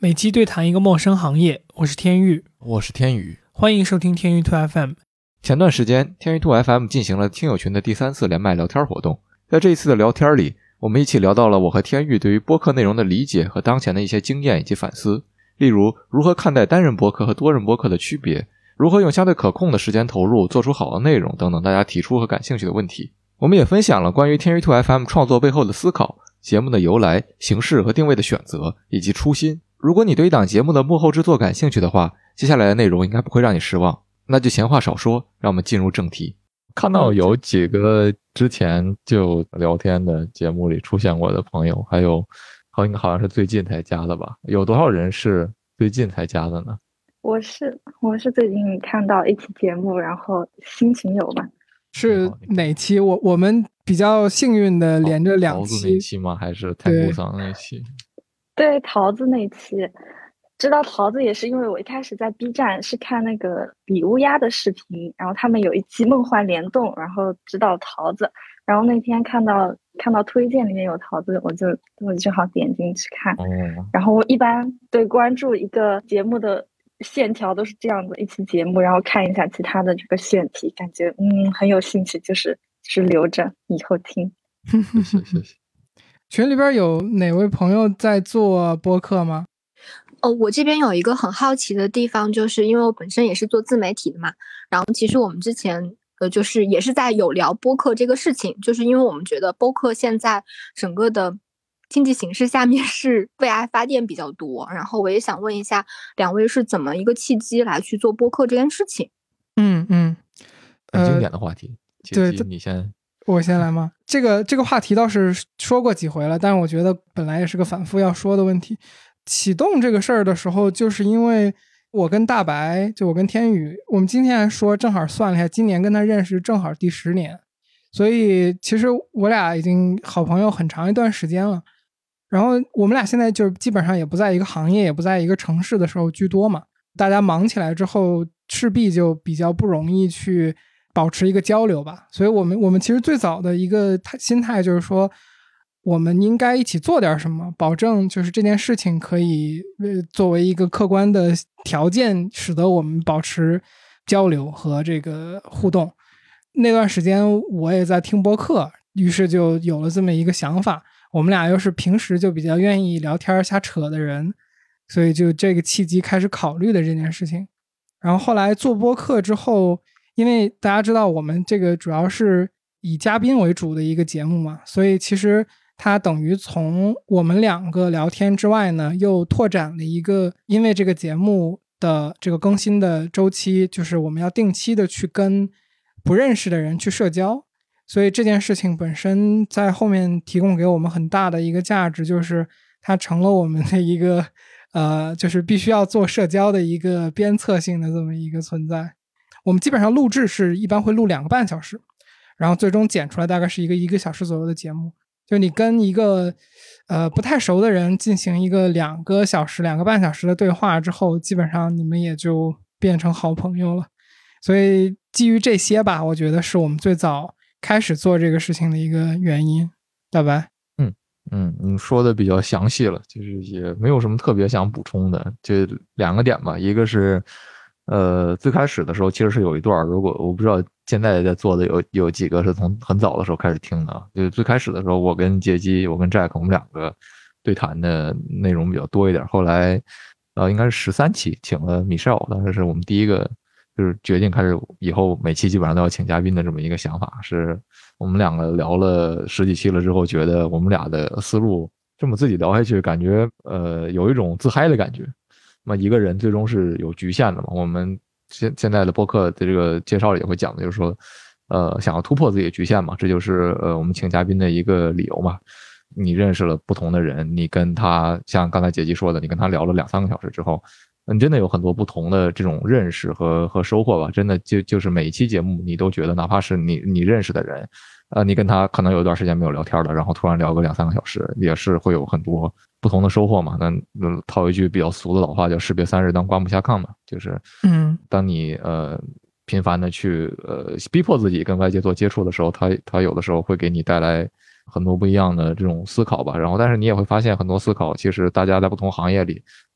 每期对谈一个陌生行业，我是天玉， 我是天宇， 欢迎收听天宇 2FM。 前段时间，天宇 2FM 进行了听友群的第3次连麦聊天活动。在这一次的聊天里，我们一起聊到了我和天玉对于播客内容的理解和当前的一些经验以及反思，例如如何看待单人播客和多人播客的区别，如何用相对可控的时间投入做出好的内容等等大家提出和感兴趣的问题。我们也分享了关于天宇 2FM 创作背后的思考，节目的由来、形式和定位的选择以及初心。如果你对一档节目的幕后制作感兴趣的话，接下来的内容应该不会让你失望。那就闲话少说，让我们进入正题。 看到有几个之前就聊天的节目里出现过的朋友，还有好像是最近才加的吧？有多少人是最近才加的呢？ 我是最近看到一期节目，然后新群友吧。 是哪期？我们比较幸运的连着2期。 桃子那期吗？还是太古桑那期？ 对，桃子那期。知道桃子也是因为我一开始在 B 站是看那个比乌鸦的视频，然后他们有一期梦幻联动，然后知道桃子，然后那天看到推荐里面有桃子，我就正好点进去看。然后我一般对关注一个节目的线条都是这样的，一期节目然后看一下其他的这个选题，感觉很有兴趣，就是留着以后听。 谢谢。 群里边有哪位朋友在做播客吗？ 我这边有一个很好奇的地方，就是因为我本身也是做自媒体的嘛，然后其实我们之前就是也是在有聊播客这个事情，就是因为我们觉得播客现在整个的经济形势下面是为爱发电比较多，然后我也想问一下两位是怎么一个契机来去做播客这件事情。 很经典的话题。 对， 你先。 我先来吗？这个话题倒是说过几回了，但是我觉得本来也是个反复要说的问题。启动这个事儿的时候，就是因为我跟大白，就我跟天宇，我们今天还说正好算了一下，今年跟他认识正好第10年，所以其实我俩已经好朋友很长一段时间了。然后我们俩现在就基本上也不在一个行业，也不在一个城市的时候居多嘛，大家忙起来之后，势必就比较不容易去保持一个交流吧。所以我们其实最早的一个心态就是说，我们应该一起做点什么，保证就是这件事情可以作为一个客观的条件，使得我们保持交流和这个互动。那段时间我也在听播客，于是就有了这么一个想法。我们俩又是平时就比较愿意聊天瞎扯的人，所以就这个契机开始考虑的这件事情。然后后来做播客之后，因为大家知道我们这个主要是以嘉宾为主的一个节目嘛，所以其实它等于从我们2个聊天之外呢，又拓展了一个，因为这个节目的这个更新的周期，就是我们要定期的去跟不认识的人去社交，所以这件事情本身在后面提供给我们很大的一个价值，就是它成了我们的一个就是必须要做社交的一个鞭策性的这么一个存在。我们基本上录制是一般会录2个半小时，然后最终剪出来大概是一个小时左右的节目。就你跟一个不太熟的人进行一个2个小时、2个半小时的对话之后，基本上你们也就变成好朋友了。所以基于这些吧，我觉得是我们最早开始做这个事情的一个原因。大白？ 你说的比较详细了，就是也没有什么特别想补充的，就2个点吧。一个是最开始的时候其实是有一段，如果我不知道现在在做的有几个是从很早的时候开始听的，就是最开始的时候我跟杰基我跟 Jack 我们2个对谈的内容比较多一点，后来应该是13期请了 Michelle， 当时是我们第一个就是决定开始以后每期基本上都要请嘉宾的这么一个想法，是我们2个聊了10几期了之后，觉得我们俩的思路这么自己聊下去感觉有一种自嗨的感觉。那么一个人最终是有局限的嘛，我们现在的播客的这个介绍里也会讲的，就是说想要突破自己的局限嘛，这就是我们请嘉宾的一个理由嘛。你认识了不同的人，你跟他像刚才杰基说的，你跟他聊了2-3个小时之后，你真的有很多不同的这种认识和收获吧。真的就是每一期节目你都觉得，哪怕是你认识的人你跟他可能有一段时间没有聊天了，然后突然聊个2-3个小时，也是会有很多不同的收获嘛。那套一句比较俗的老话叫士别3日当刮目相看嘛，就是当你频繁的去逼迫自己跟外界做接触的时候，他有的时候会给你带来很多不一样的这种思考吧。然后但是你也会发现很多思考其实大家在不同行业里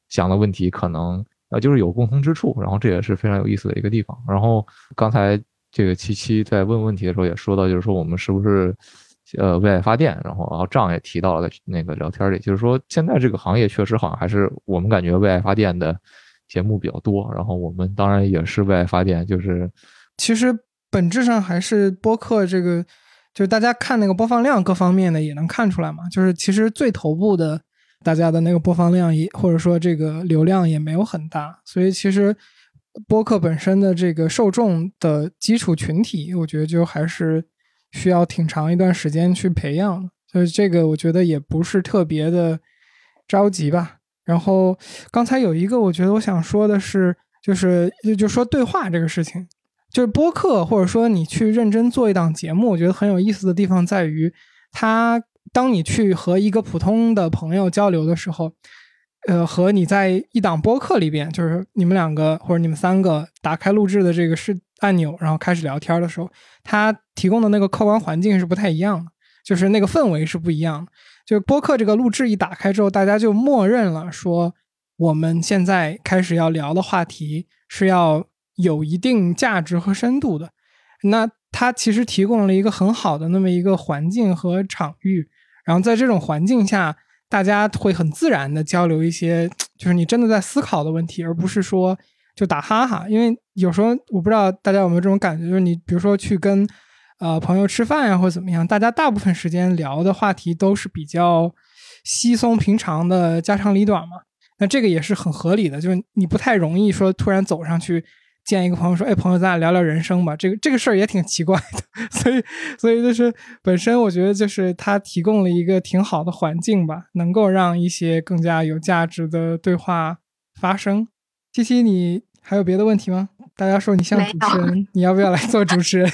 想的问题可能就是有共同之处，然后这也是非常有意思的一个地方。然后刚才这个77在问问题的时候也说到，就是说我们是不是为爱发电，然后账也提到了在那个聊天里，就是说现在这个行业确实好像还是我们感觉为爱发电的节目比较多，然后我们当然也是为爱发电，就是其实本质上还是播客这个，就是大家看那个播放量各方面的也能看出来嘛，就是其实最头部的大家的那个播放量也或者说这个流量也没有很大，所以其实播客本身的这个受众的基础群体，我觉得就还是需要挺长一段时间去培养的，所以这个我觉得也不是特别的着急吧。然后刚才有一个我觉得我想说的是，就说对话这个事情，就是播客或者说你去认真做一档节目，我觉得很有意思的地方在于，当你去和一个普通的朋友交流的时候，和你在一档播客里边，就是你们两个或者你们三个打开录制的这个按钮，然后开始聊天的时候，它提供的那个客观环境是不太一样的，就是那个氛围是不一样的。就播客这个录制一打开之后，大家就默认了说我们现在开始要聊的话题是要有一定价值和深度的，那它其实提供了一个很好的那么一个环境和场域，然后在这种环境下大家会很自然的交流一些就是你真的在思考的问题，而不是说就打哈哈。因为有时候我不知道大家有没有这种感觉，就是你比如说去跟朋友吃饭呀或者怎么样，大家大部分时间聊的话题都是比较稀松平常的家长里短嘛，那这个也是很合理的，就是你不太容易说突然走上去见一个朋友说，哎，朋友咱俩聊聊人生吧，这个事儿也挺奇怪的，所以就是本身我觉得就是它提供了一个挺好的环境吧，能够让一些更加有价值的对话发生。七七，你还有别的问题吗？大家说你像主持人，你要不要来做主持人？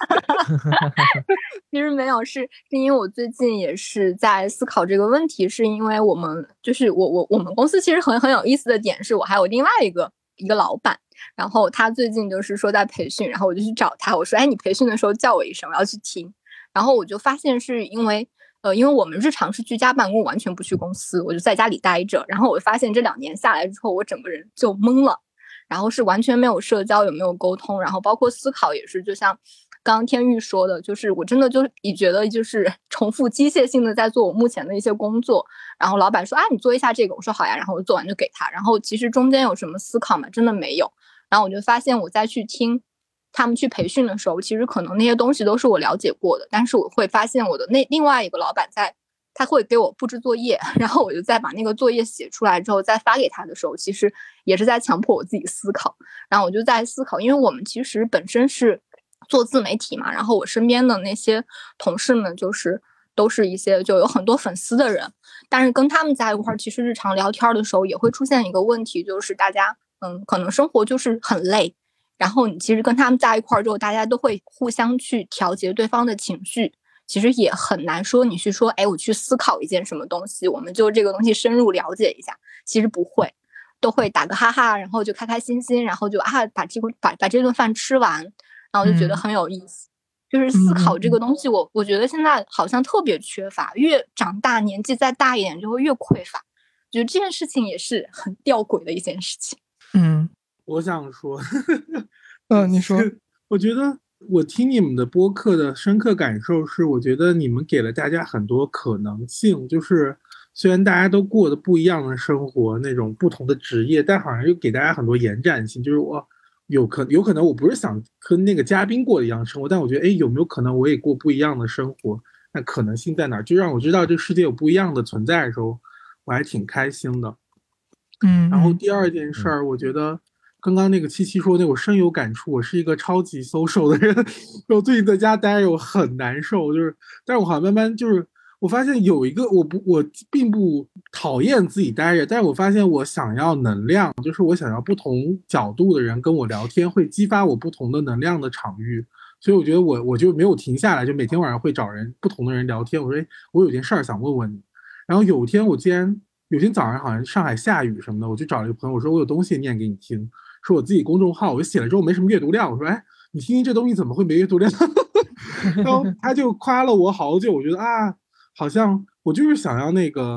其实没有，是因为我最近也是在思考这个问题，是因为我们就是我们公司其实很有意思的点是，我还有另外一个老板，然后他最近就是说在培训，然后我就去找他，我说哎，你培训的时候叫我一声，我要去听。然后我就发现是因为我们日常是居家办公，完全不去公司，我就在家里待着。然后我发现这2年下来之后，我整个人就懵了，然后是完全没有社交，也没有沟通，然后包括思考也是，就像刚刚天玉说的，就是我真的就觉得就是重复机械性的在做我目前的一些工作。然后老板说啊，你做一下这个，我说好呀，然后我做完就给他。然后其实中间有什么思考吗？真的没有。然后我就发现我再去听他们去培训的时候，其实可能那些东西都是我了解过的，但是我会发现我的另外一个老板他会给我布置作业，然后我就再把那个作业写出来之后再发给他的时候，其实也是在强迫我自己思考。然后我就在思考，因为我们其实本身是做自媒体嘛，然后我身边的那些同事们都是一些就有很多粉丝的人，但是跟他们在一块儿，其实日常聊天的时候也会出现一个问题，就是大家可能生活就是很累，然后你其实跟他们在一块儿之后，大家都会互相去调节对方的情绪，其实也很难说你去说，哎，我去思考一件什么东西，我们就这个东西深入了解一下，其实不会，都会打个哈哈，然后就开开心心，然后就把这顿饭吃完，然后就觉得很有意思。就是思考这个东西，我觉得现在好像特别缺乏，越长大年纪再大一点就会越匮乏，觉得这件事情也是很吊诡的一件事情。 我想说你说。 我觉得我听你们的播客的深刻感受是，我觉得你们给了大家很多可能性，就是虽然大家都过得不一样的生活，那种不同的职业，但好像又给大家很多延展性，就是我有可能我不是想跟那个嘉宾过的一样生活，但我觉得有没有可能我也过不一样的生活，那可能性在哪儿，就让我知道这个世界有不一样的存在的时候，我还挺开心的。然后第二件事儿，我觉得刚刚那个七七说那我深有感触，我是一个超级 social 的人，我最近在家待着我很难受，就是但是我好像慢慢就是我发现有一个我并不讨厌自己待着，但是我发现我想要能量，就是我想要不同角度的人跟我聊天，会激发我不同的能量的场域，所以我觉得我就没有停下来，就每天晚上会找不同的人聊天，我说我有件事儿想问问你。然后有天早上好像上海下雨什么的，我就找了一个朋友，我说我有东西念给你听，是我自己公众号，我就写了之后没什么阅读量，我说哎，你听听这东西怎么会没阅读量然后他就夸了我好久，我觉得啊，好像我就是想要那个，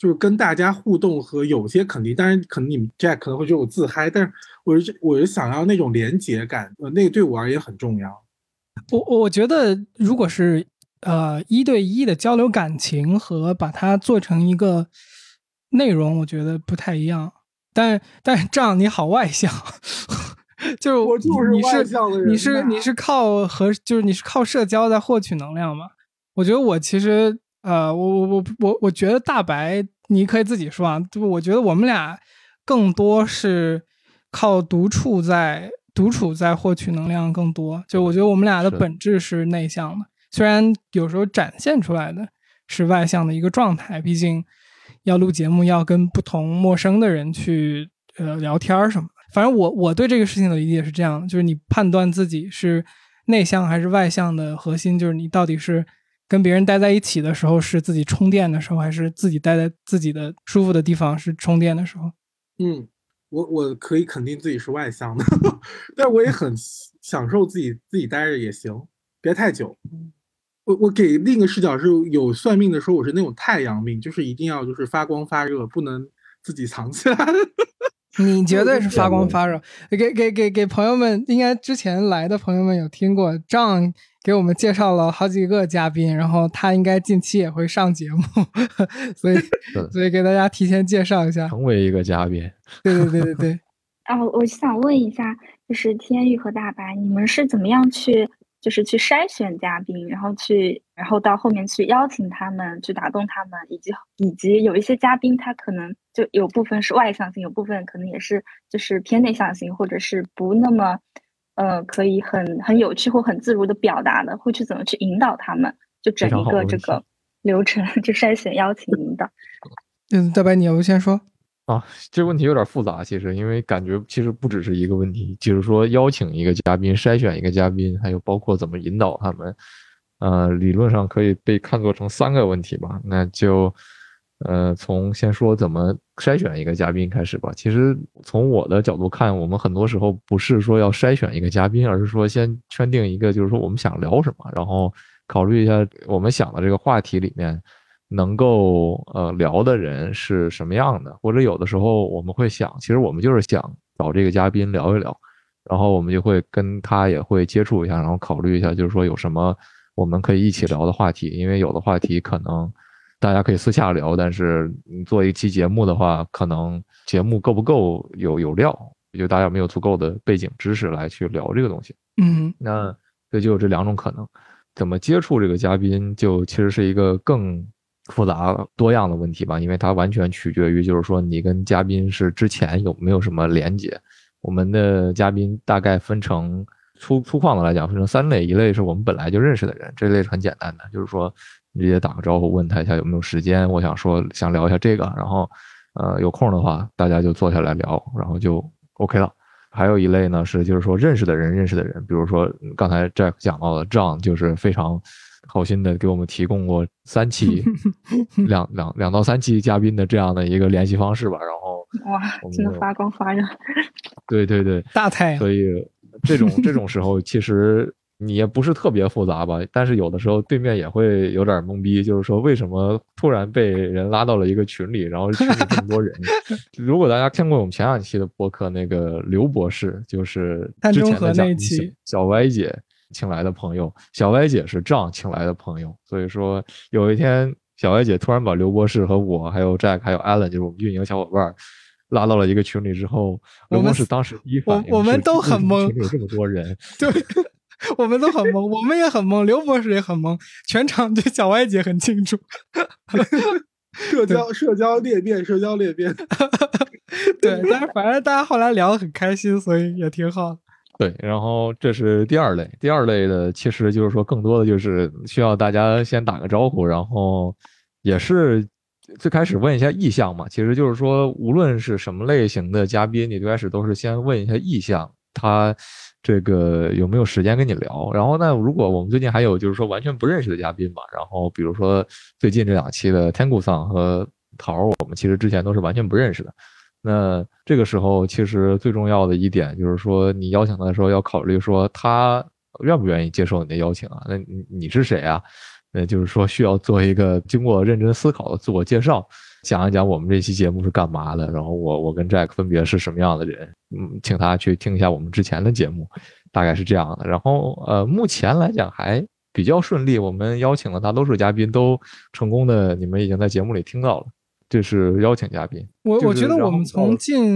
就是跟大家互动和有些肯定，当然可能你们 Jack 可能会觉得我自嗨，但是我是想要那种连结感，那个对我而言很重要。 我觉得如果是一对一的交流感情和把它做成一个内容，我觉得不太一样。但是这样你好外向，就是我就是外向的人， 你是靠就是你是靠社交在获取能量嘛？我觉得我其实我觉得大白你可以自己说啊，我觉得我们俩更多是靠独处在获取能量更多。就我觉得我们俩的本质是内向的，虽然有时候展现出来的是外向的一个状态，毕竟要录节目要跟不同陌生的人去聊天什么的。反正我对这个事情的理解是这样的，就是你判断自己是内向还是外向的核心，就是你到底是跟别人待在一起的时候是自己充电的时候，还是自己待在自己的舒服的地方是充电的时候。 我可以肯定自己是外向的，但我也很享受自己待着也行，别太久。我给另一个视角是，有算命的说我是那种太阳命，就是一定要就是发光发热，不能自己藏起来。 你绝对是发光发热。给朋友们，应该之前来的朋友们有听过John给我们介绍了好几个嘉宾，然后他应该近期也会上节目，所以给大家提前介绍一下， 成为一个嘉宾。 对。 我想问一下，就是天玉和大白，你们是怎么样去筛选嘉宾，然后到后面去邀请他们，去打动他们，以及有一些嘉宾他可能就有部分是外向型，有部分可能也是就是偏内向型，或者是不那么可以很有趣或很自如的表达的，会去怎么去引导他们，就整一个这个流程就筛选、邀请、引导。 大白，你要不先说？ 这个问题有点复杂，其实因为感觉其实不只是一个问题，就是说邀请一个嘉宾、筛选一个嘉宾，还有包括怎么引导他们，理论上可以被看作成3个问题吧。那就从先说怎么筛选一个嘉宾开始吧。其实从我的角度看，我们很多时候不是说要筛选一个嘉宾，而是说先圈定一个，就是说我们想聊什么，然后考虑一下我们想的这个话题里面能够聊的人是什么样的，或者有的时候我们会想，其实我们就是想找这个嘉宾聊一聊，然后我们就会跟他也会接触一下，然后考虑一下，就是说有什么我们可以一起聊的话题，因为有的话题可能大家可以私下聊，但是做一期节目的话，可能节目够不够有料，就大家没有足够的背景知识来去聊这个东西。那这就有这2种可能。怎么接触这个嘉宾，就其实是一个更复杂多样的问题吧，因为它完全取决于就是说你跟嘉宾是之前有没有什么连结。我们的嘉宾大概分成粗犷的来讲分成3类，一类是我们本来就认识的人，这类是很简单的，就是说直接打个招呼问他一下有没有时间，我想聊一下这个，然后有空的话大家就坐下来聊，然后就 OK 了。还有一类呢是就是说认识的人，比如说刚才 Jack 讲到的 John 就是非常好心的给我们提供过3期2到3期嘉宾的这样的一个联系方式吧，然后真的发光发热。 对， 大太阳。 所以这种时候其实你也不是特别复杂吧，但是有的时候对面也会有点懵逼，就是说为什么突然被人拉到了一个群里，然后群里这么多人。如果大家听过我们前2期的播客，那个刘博士就是之前的那期小歪姐请来的朋友，小歪姐是John请来的朋友，所以说有一天小歪姐突然把刘博士和我还有 Jack 还有 Alan 就是我们运营小伙伴拉到了一个群里之后，刘博士当时第一反应我们都很懵， 群里有这么多人。 对，我们都很懵，我们也很懵，刘博士也很懵，全场对小歪姐很清楚。 社交裂变。 对，但是反正大家后来聊得很开心，所以也挺好。 对，然后这是第2类，第2类的其实就是说更多的就是需要大家先打个招呼，然后也是最开始问一下意向嘛，其实就是说无论是什么类型的嘉宾，你最开始都是先问一下意向，他这个有没有时间跟你聊。然后呢，如果我们最近还有就是说完全不认识的嘉宾嘛，然后比如说最近这2期的天谷桑和桃，我们其实之前都是完全不认识的。那这个时候其实最重要的一点就是说，你邀请他的时候要考虑说他愿不愿意接受你的邀请啊？那你是谁啊？那就是说需要做一个经过认真思考的自我介绍。 讲一讲我们这期节目是干嘛的，然后我跟 Jack 分别是什么样的人，请他去听一下我们之前的节目，大概是这样的。然后目前来讲还比较顺利，我们邀请了大多数嘉宾都成功的，你们已经在节目里听到了，这是邀请嘉宾。 我觉得我们从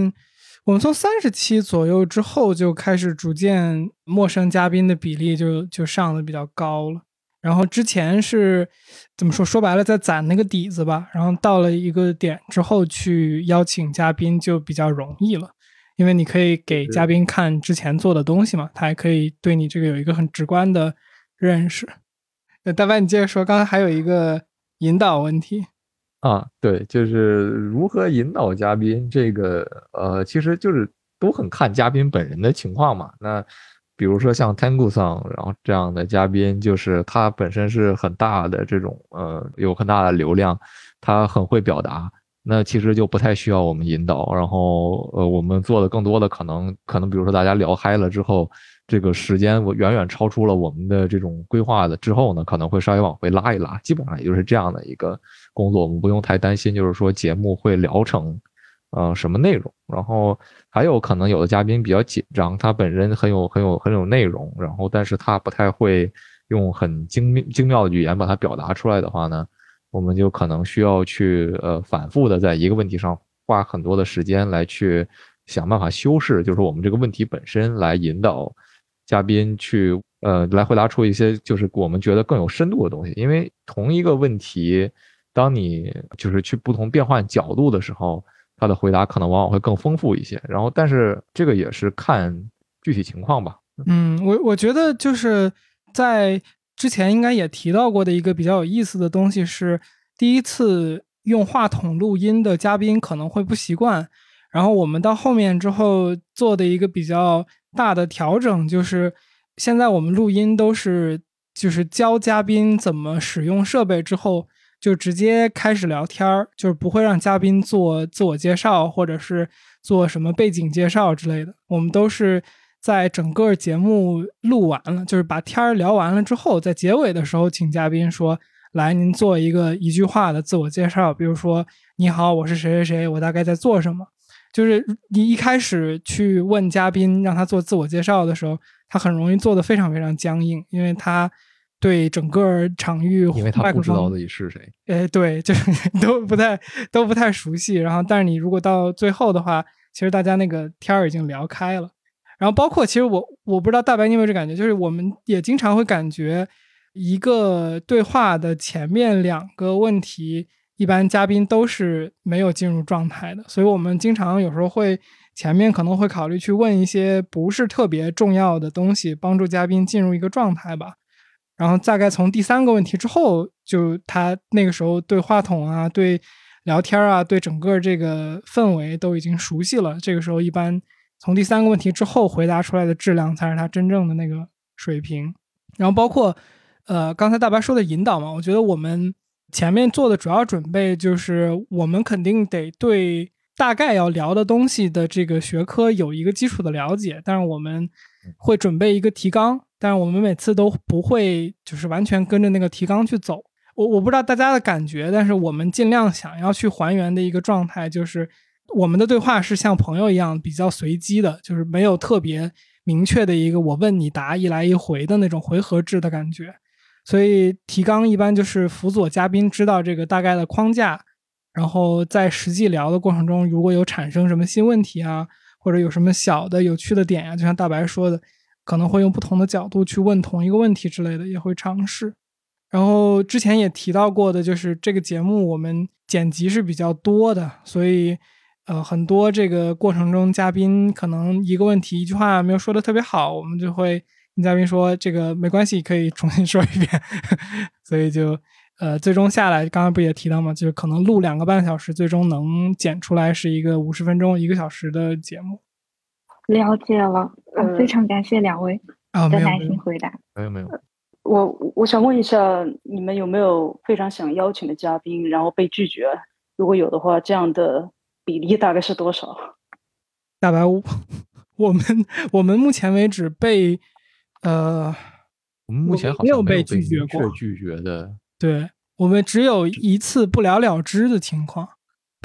30期左右之后就开始逐渐陌生嘉宾的比例就上的比较高了。然后之前是怎么说白了在攒那个底子吧，然后到了一个点之后去邀请嘉宾就比较容易了，因为你可以给嘉宾看之前做的东西嘛，他还可以对你这个有一个很直观的认识。大白你接着说，刚才还有一个引导问题啊，对，就是如何引导嘉宾，这个其实就是都很看嘉宾本人的情况嘛。那比如说像 Tangu-san， 然后这样的嘉宾，就是他本身是很大的这种有很大的流量，他很会表达，那其实就不太需要我们引导。然后我们做的更多的可能比如说大家聊嗨了之后，这个时间我远远超出了我们的这种规划的之后呢，可能会稍微往回拉一拉，基本上也就是这样的一个工作，我们不用太担心，就是说节目会聊成什么内容。然后还有可能有的嘉宾比较紧张，他本身很有内容，然后但是他不太会用很精妙的语言把它表达出来的话呢，我们就可能需要去反复的在一个问题上花很多的时间来去想办法修饰，就是我们这个问题本身来引导嘉宾去来回答出一些就是我们觉得更有深度的东西。因为同一个问题，当你就是去不同变换角度的时候，他的回答可能往往会更丰富一些。然后但是这个也是看具体情况吧。 我觉得就是在之前应该也提到过的一个比较有意思的东西是，第一次用话筒录音的嘉宾可能会不习惯，然后我们到后面之后做的一个比较大的调整，就是现在我们录音都是就是教嘉宾怎么使用设备之后就直接开始聊天，就是不会让嘉宾做自我介绍或者是做什么背景介绍之类的，我们都是在整个节目录完了，就是把天聊完了之后，在结尾的时候请嘉宾说，来您做一句话的自我介绍，比如说你好，我是谁谁谁，我大概在做什么。就是你一开始去问嘉宾让他做自我介绍的时候，他很容易做得非常非常僵硬，因为他对整个场域因为他不知道自己是谁， 对，就是都不太熟悉。然后但是你如果到最后的话，其实大家那个天儿已经聊开了。然后包括其实我不知道大白你有没有这感觉，就是我们也经常会感觉一个对话的前面两个问题一般嘉宾都是没有进入状态的，所以我们经常有时候会前面可能会考虑去问一些不是特别重要的东西，帮助嘉宾进入一个状态吧。然后大概从第3个问题之后，就他那个时候对话筒啊，对聊天啊，对整个这个氛围都已经熟悉了，这个时候一般从第3个问题之后回答出来的质量才是他真正的那个水平。然后包括刚才大白说的引导嘛，我觉得我们前面做的主要准备就是我们肯定得对大概要聊的东西的这个学科有一个基础的了解，但是我们会准备一个提纲，但是我们每次都不会就是完全跟着那个提纲去走。我不知道大家的感觉，但是我们尽量想要去还原的一个状态就是我们的对话是像朋友一样比较随机的，就是没有特别明确的一个我问你答一来一回的那种回合制的感觉。所以提纲一般就是辅佐嘉宾知道这个大概的框架，然后在实际聊的过程中如果有产生什么新问题啊，或者有什么小的有趣的点啊，就像大白说的可能会用不同的角度去问同一个问题之类的也会尝试。然后之前也提到过的就是这个节目我们剪辑是比较多的，所以很多这个过程中嘉宾可能一个问题一句话没有说的特别好，我们就会跟嘉宾说这个没关系可以重新说一遍所以就最终下来刚才不也提到吗，就是可能录2个半小时最终能剪出来是一个50分钟1个小时的节目。 了解了，非常感谢2位的耐心回答。 没有。 我想问一下，你们有没有非常想邀请的嘉宾，然后被拒绝？如果有的话，这样的比例大概是多少？ 大白，我们目前为止被我们目前好像没有被拒绝过， 拒绝的。 对，我们只有一次不了了之的情况。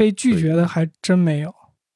被拒绝的还真没有。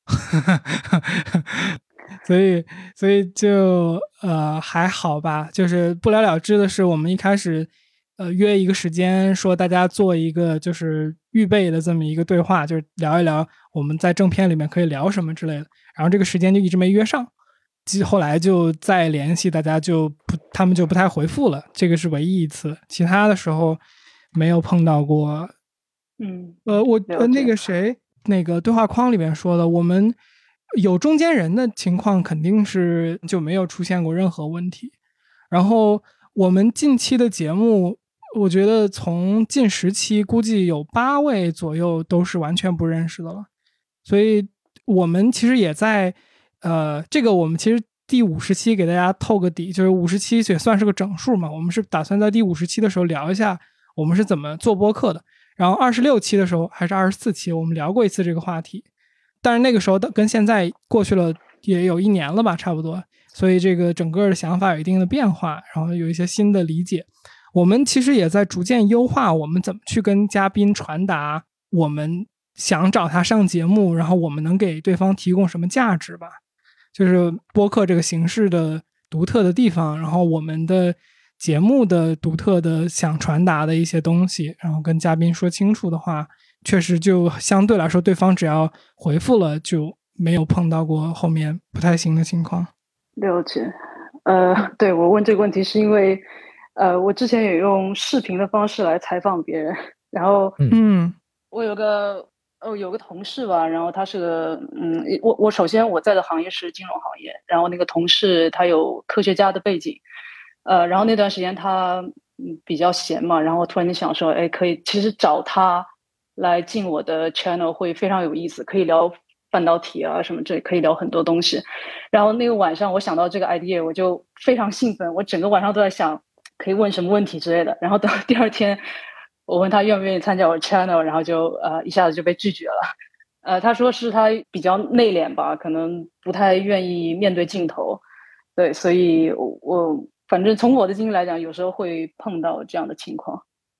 所以就还好吧，就是不了了之的是，我们一开始约一个时间，说大家做一个就是预备的这么一个对话，就是聊一聊我们在正片里面可以聊什么之类的，然后这个时间就一直没约上，后来就再联系大家他们就不太回复了，这个是唯一一次，其他的时候没有碰到过。那个谁，那个对话框里面说的，我们有中间人的情况肯定是就没有出现过任何问题。然后我们近期的节目，我觉得从近10期估计有8位左右都是完全不认识的了。所以我们其实也在这个我们其实第50期给大家透个底，就是50期也算是个整数嘛，我们是打算在第50期的时候聊一下我们是怎么做播客的。然后26期的时候还是24期我们聊过一次这个话题，但是那个时候跟现在过去了也有1年了吧差不多，所以这个整个的想法有一定的变化，然后有一些新的理解。我们其实也在逐渐优化我们怎么去跟嘉宾传达我们想找他上节目，然后我们能给对方提供什么价值吧，就是播客这个形式的独特的地方，然后我们的节目的独特的想传达的一些东西，然后跟嘉宾说清楚的话，确实就相对来说对方只要回复了就没有碰到过后面不太行的情况。 了解。对，我问这个问题是因为我之前也用视频的方式来采访别人，然后我有个同事吧，然后他是个我首先我在的行业是金融行业，然后那个同事他有科学家的背景，然后那段时间他比较闲嘛，然后突然间想说，哎，可以其实找他来进我的 channel 会非常有意思，可以聊半导体啊什么，这可以聊很多东西。然后那个晚上我想到这个 idea， 我就非常兴奋，我整个晚上都在想可以问什么问题之类的。然后到第二天我问他愿不愿意参加我的 channel， 然后就一下子就被拒绝了。他说是他比较内敛吧，可能不太愿意面对镜头。对，所以我反正从我的经历来讲，有时候会碰到这样的情况。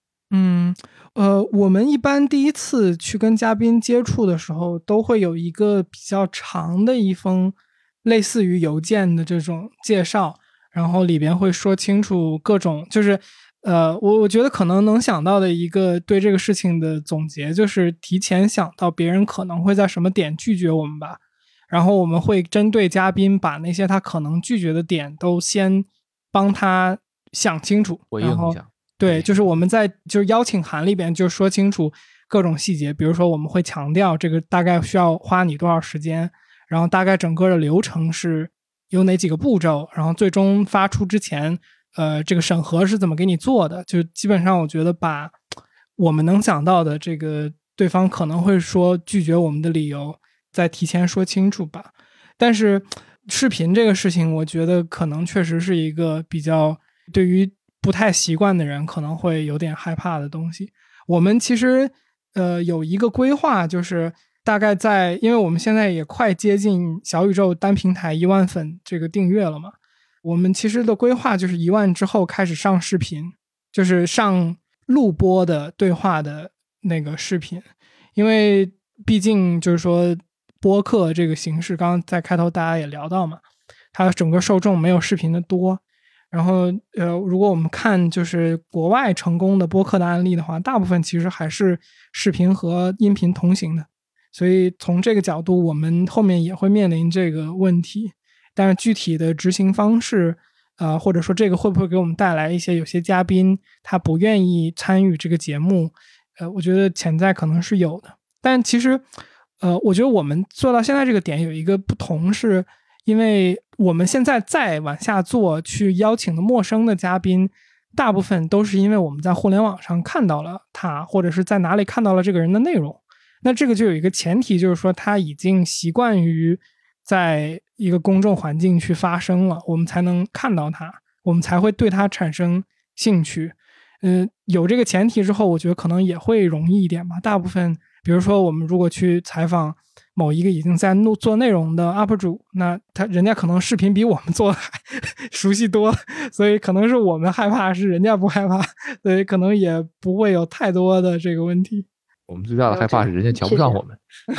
我们一般第一次去跟嘉宾接触的时候，都会有一个比较长的一封类似于邮件的这种介绍，然后里边会说清楚各种，就是我觉得可能能想到的一个对这个事情的总结，就是提前想到别人可能会在什么点拒绝我们吧，然后我们会针对嘉宾把那些他可能拒绝的点都先帮他想清楚， 回应一下。 对，就是我们在就是邀请函里边就说清楚各种细节，比如说我们会强调这个大概需要花你多少时间，然后大概整个的流程是有哪几个步骤，然后最终发出之前这个审核是怎么给你做的，就基本上我觉得把我们能想到的这个对方可能会说拒绝我们的理由再提前说清楚吧。但是视频这个事情我觉得可能确实是一个比较对于不太习惯的人可能会有点害怕的东西。我们其实有一个规划，就是大概因为我们现在也快接近小宇宙单平台1万粉这个订阅了嘛，我们其实的规划就是1万之后开始上视频，就是上录播的对话的那个视频，因为毕竟就是说播客这个形式，刚刚在开头大家也聊到嘛，它整个受众没有视频的多。然后如果我们看就是国外成功的播客的案例的话，大部分其实还是视频和音频同行的，所以从这个角度我们后面也会面临这个问题，但是具体的执行方式或者说这个会不会给我们带来一些有些嘉宾他不愿意参与这个节目，我觉得潜在可能是有的。但其实我觉得我们做到现在这个点有一个不同，是因为我们现在再往下做去邀请的陌生的嘉宾，大部分都是因为我们在互联网上看到了他，或者是在哪里看到了这个人的内容。那这个就有一个前提，就是说他已经习惯于在一个公众环境去发声了，我们才能看到他，我们才会对他产生兴趣。有这个前提之后，我觉得可能也会容易一点吧。大部分比如说我们如果去采访某一个已经在做内容的 UP 主，那人家可能视频比我们做的还熟悉多，所以可能是我们害怕，是人家不害怕，所以可能也不会有太多的这个问题。 我们最大的害怕是人家瞧不上我们。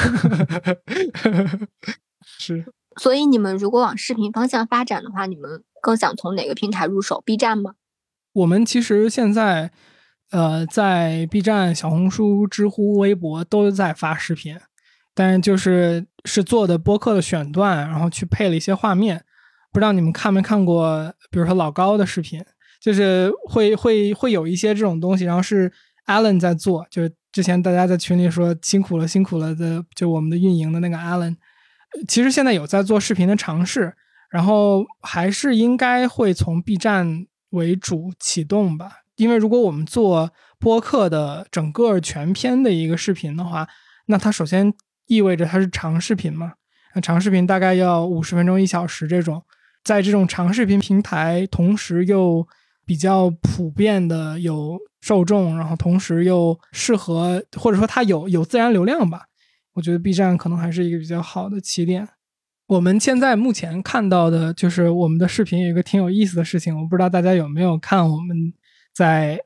是。 所以你们如果往视频方向发展的话，你们更想从哪个平台入手 ？B 站吗？ 我们其实现在在 B 站、小红书、知乎、微博都在发视频，但是就是做的播客的选段，然后去配了一些画面。不知道你们看没看过，比如说老高的视频，就是会有一些这种东西，然后是 Alan 在做，就之前大家在群里说辛苦了的，就我们的运营的那个 Alan， 其实现在有在做视频的尝试，然后还是应该会从 B 站为主启动吧。因为如果我们做播客的整个全篇的一个视频的话，那它首先意味着它是长视频嘛，长视频大概要50分钟1小时这种，在这种长视频平台同时又比较普遍的有受众，然后同时又适合，或者说它有自然流量吧，我觉得 B 站可能还是一个比较好的起点。我们现在目前看到的就是我们的视频有一个挺有意思的事情，我不知道大家有没有看我们在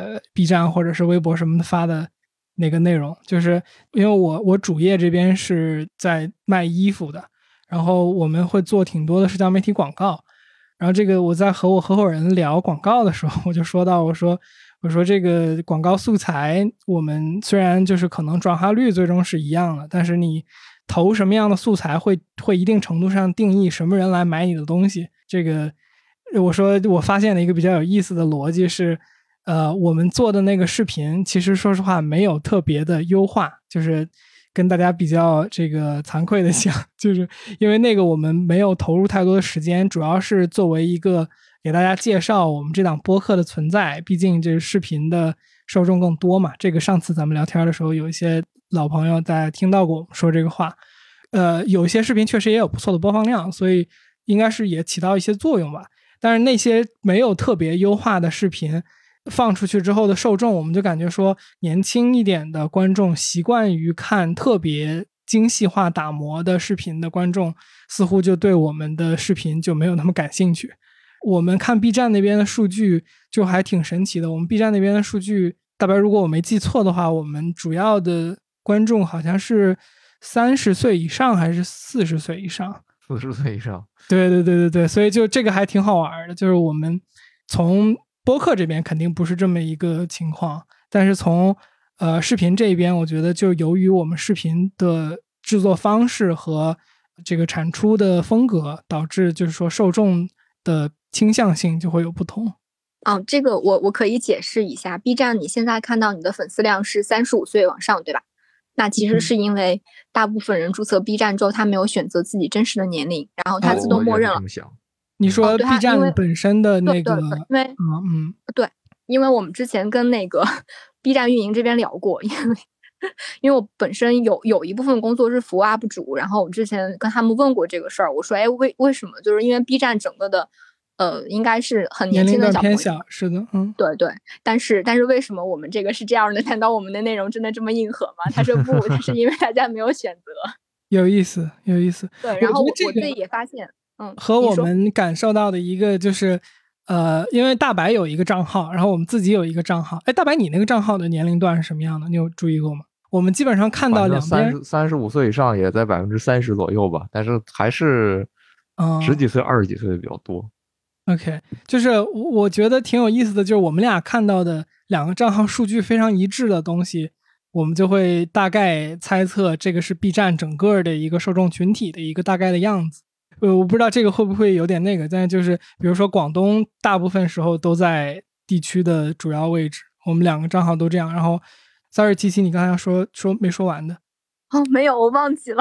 B 站或者是微博什么的发的那个内容，就是因为我主页这边是在卖衣服的，然后我们会做挺多的社交媒体广告，然后这个我在和我合伙人聊广告的时候，我就说到我说这个广告素材我们虽然就是可能转化率最终是一样的，但是你投什么样的素材会一定程度上定义什么人来买你的东西。这个我说我发现了一个比较有意思的逻辑是我们做的那个视频其实说实话没有特别的优化，就是跟大家比较这个惭愧的讲，就是因为那个我们没有投入太多的时间，主要是作为一个给大家介绍我们这档播客的存在，毕竟这视频的受众更多嘛。这个上次咱们聊天的时候有一些老朋友在听到过我们说这个话，有一些视频确实也有不错的播放量，所以应该是也起到一些作用吧。但是那些没有特别优化的视频放出去之后的受众，我们就感觉说年轻一点的观众习惯于看特别精细化打磨的视频的观众，似乎就对我们的视频就没有那么感兴趣。我们看 B 站那边的数据就还挺神奇的，我们 B 站那边的数据大概如果我没记错的话，我们主要的观众好像是30岁以上还是40岁以上 ？40岁以上。 对，所以就这个还挺好玩的，就是我们从播客这边肯定不是这么一个情况，但是从视频这边，我觉得就由于我们视频的制作方式和这个产出的风格，导致就是说受众的倾向性就会有不同。 这个我可以解释一下 ，B 站你现在看到你的粉丝量是35岁往上，对吧？那其实是因为大部分人注册 B 站之后，他没有选择自己真实的年龄，然后他自动默认了。 你说 B 站本身的那个， 对，对，因为我们之前跟那个 B 站运营这边聊过，因为我本身有一部分工作是服务 UP 主，然后我之前跟他们问过这个事儿，我说，为什么？就是因为 B 站整个的应该是很年轻的小朋友， 偏小，是的， 对，但是为什么我们这个是这样的？难道我们的内容真的这么硬核吗？他说不，他是因为大家没有选择。 有意思。 对，然后我自己也发现， 和我们感受到的一个就是，因为大白有一个账号，然后我们自己有一个账号。大白，你那个账号的年龄段是什么样的？你有注意过吗？我们基本上看到两边 35岁以上也在30%左右吧，但是还是10几岁、20几岁的比较多。 OK， 就是我觉得挺有意思的，就是我们俩看到的两个账号数据非常一致的东西，我们就会大概猜测这个是 B 站整个的一个受众群体的一个大概的样子。我不知道这个会不会有点那个，但是就是比如说广东大部分时候都在地区的主要位置，我们两个账号都这样。然后 sorry 七七，你刚才说没说完的。 没有，我忘记了。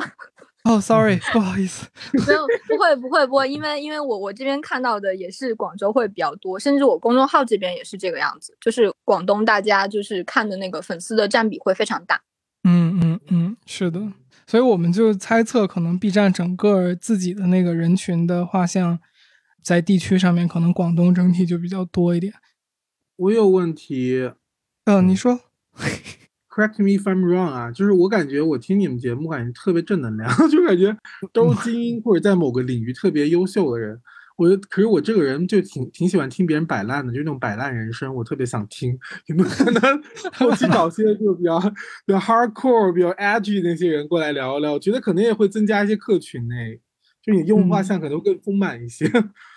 sorry 不好意思。 没有，不会，因为我这边看到的也是广州会比较多，甚至我公众号这边也是这个样子，就是广东大家就是看的那个粉丝的占比会非常大。 是的，所以我们就猜测可能 B 站整个自己的那个人群的画像在地区上面可能广东整体就比较多一点。 我有问题。 你说。 Correct me if I'm wrong 啊，就是我感觉我听你们节目感觉特别正能量，就感觉都是精英或者在某个领域特别优秀的人。 可是我这个人就挺喜欢听别人摆烂的，就那种摆烂人生，我特别想听。有没有可能后期找些就比较hardcore、比较 edgy 那些人过来聊一聊？我觉得可能也会增加一些客群诶，就你用户画像可能会更丰满一些。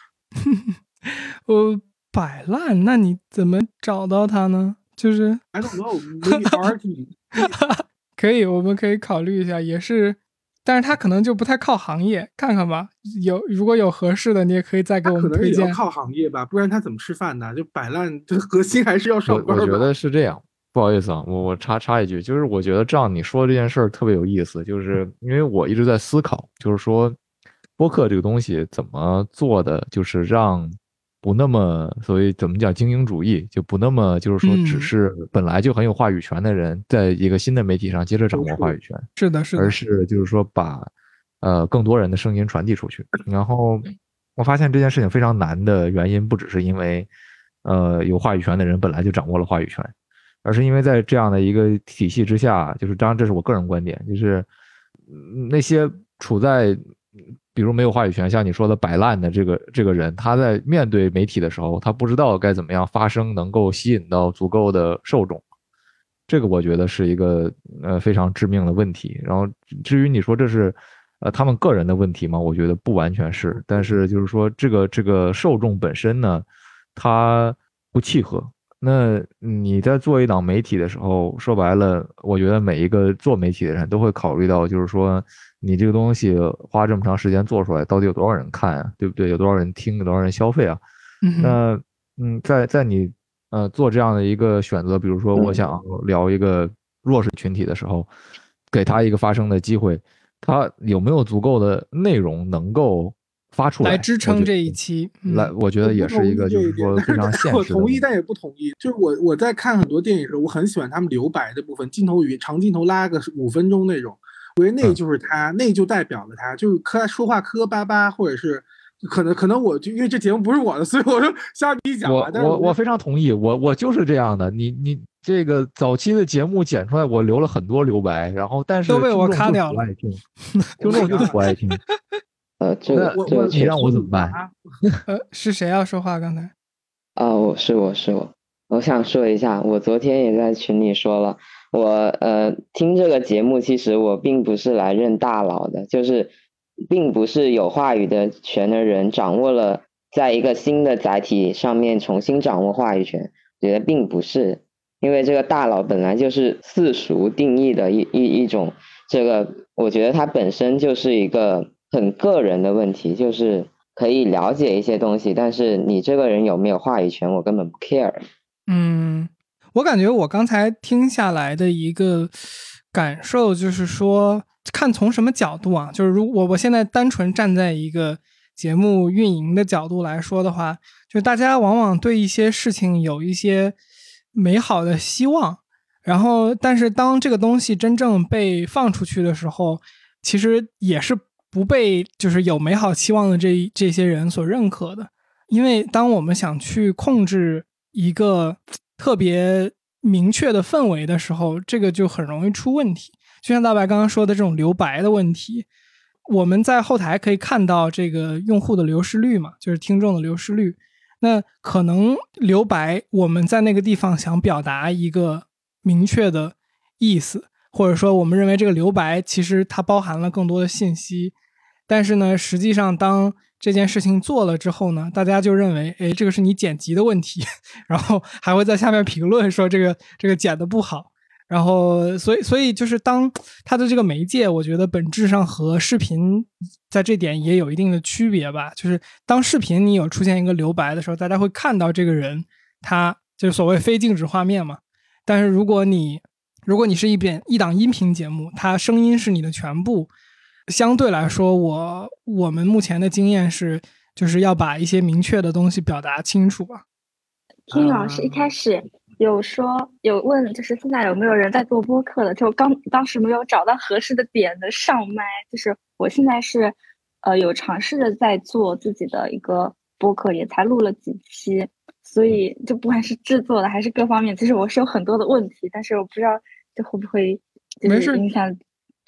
摆烂，那你怎么找到他呢？就是 I don't know, maybe arty 可以，我们可以考虑一下，也是。但是他可能就不太靠行业，看看吧。如果有合适的，你也可以再给我们推荐。 可能也要靠行业吧，不然他怎么吃饭呢？就摆烂，这核心还是要上班吧。 我觉得是这样，不好意思啊，我插一句，就是我觉得这样你说这件事儿特别有意思，就是因为我一直在思考，就是说播客这个东西怎么做的，就是让不那么所谓怎么讲精英主义，就不那么就是说只是本来就很有话语权的人，在一个新的媒体上接着掌握话语权， 是的， 而是就是说把更多人的声音传递出去。然后我发现这件事情非常难的原因，不只是因为有话语权的人本来就掌握了话语权，而是因为在这样的一个体系之下，就是当然这是我个人观点，就是那些处在比如没有话语权，像你说的摆烂的这个人，他在面对媒体的时候，他不知道该怎么样发声，能够吸引到足够的受众。这个我觉得是一个非常致命的问题。然后至于你说这是他们个人的问题吗？我觉得不完全是，但是就是说这个受众本身呢，它不契合。那你在做一档媒体的时候，说白了，我觉得每一个做媒体的人都会考虑到，就是说你这个东西花这么长时间做出来，到底有多少人看啊？对不对？有多少人听？有多少人消费啊？那在你做这样的一个选择，比如说我想聊一个弱势群体的时候，给他一个发声的机会，他有没有足够的内容能够发出来支撑这一期？ 我觉得也是一个就是说非常现实的。 我同意，但也不同意。就是我在看很多电影的时候，我很喜欢他们留白的部分，长镜头拉个5分钟那种，我觉得那就是他，那就代表了他，就是说话磕磕巴巴，或者是。可能我就因为这节目不是我的，所以我就瞎逼讲。 我非常同意，我就是这样的。你这个早期的节目剪出来，我留了很多留白，然后但是都被我卡掉了， 听众就是不爱听。那你让我怎么办？ 是谁要说话？刚才是我。我想说一下，我昨天也在群里说了，我听这个节目，其实我并不是来认大佬的，就是并不是有话语权的人掌握了，在一个新的载体上面重新掌握话语权，我觉得并不是，因为这个大佬本来就是世俗定义的一种，这个我觉得它本身就是一个很个人的问题，就是可以了解一些东西，但是你这个人有没有话语权，我根本不 care。 我感觉我刚才听下来的一个感受就是说，看从什么角度啊，就是如果我现在单纯站在一个节目运营的角度来说的话，就大家往往对一些事情有一些美好的希望，然后但是当这个东西真正被放出去的时候，其实也是不被就是有美好期望的这些人所认可的。因为当我们想去控制一个特别明确的氛围的时候，这个就很容易出问题。就像大白刚刚说的这种留白的问题，我们在后台可以看到这个用户的流失率嘛，就是听众的流失率。那可能留白，我们在那个地方想表达一个明确的意思，或者说我们认为这个留白其实它包含了更多的信息，但是呢，实际上当这件事情做了之后呢，大家就认为，这个是你剪辑的问题，然后还会在下面评论说这个剪得不好。然后所以就是当它的这个媒介，我觉得本质上和视频在这点也有一定的区别吧。就是当视频你有出现一个留白的时候，大家会看到这个人，他就是所谓非静止画面嘛。但是如果你是一档音频节目，它声音是你的全部，相对来说我们目前的经验是，就是要把一些明确的东西表达清楚吧。 听老师一开始有问，就是现在有没有人在做播客的？就当时没有找到合适的点的上麦，就是我现在是有尝试着在做自己的一个播客，也才录了几期，所以就不管是制作的还是各方面，其实我是有很多的问题，但是我不知道这会不会就是影响。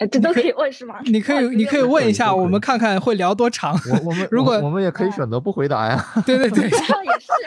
这都可以问是吗？ 你可以问一下，我们看看会聊多长。如果我们也可以选择不回答呀。 对， 这样也是。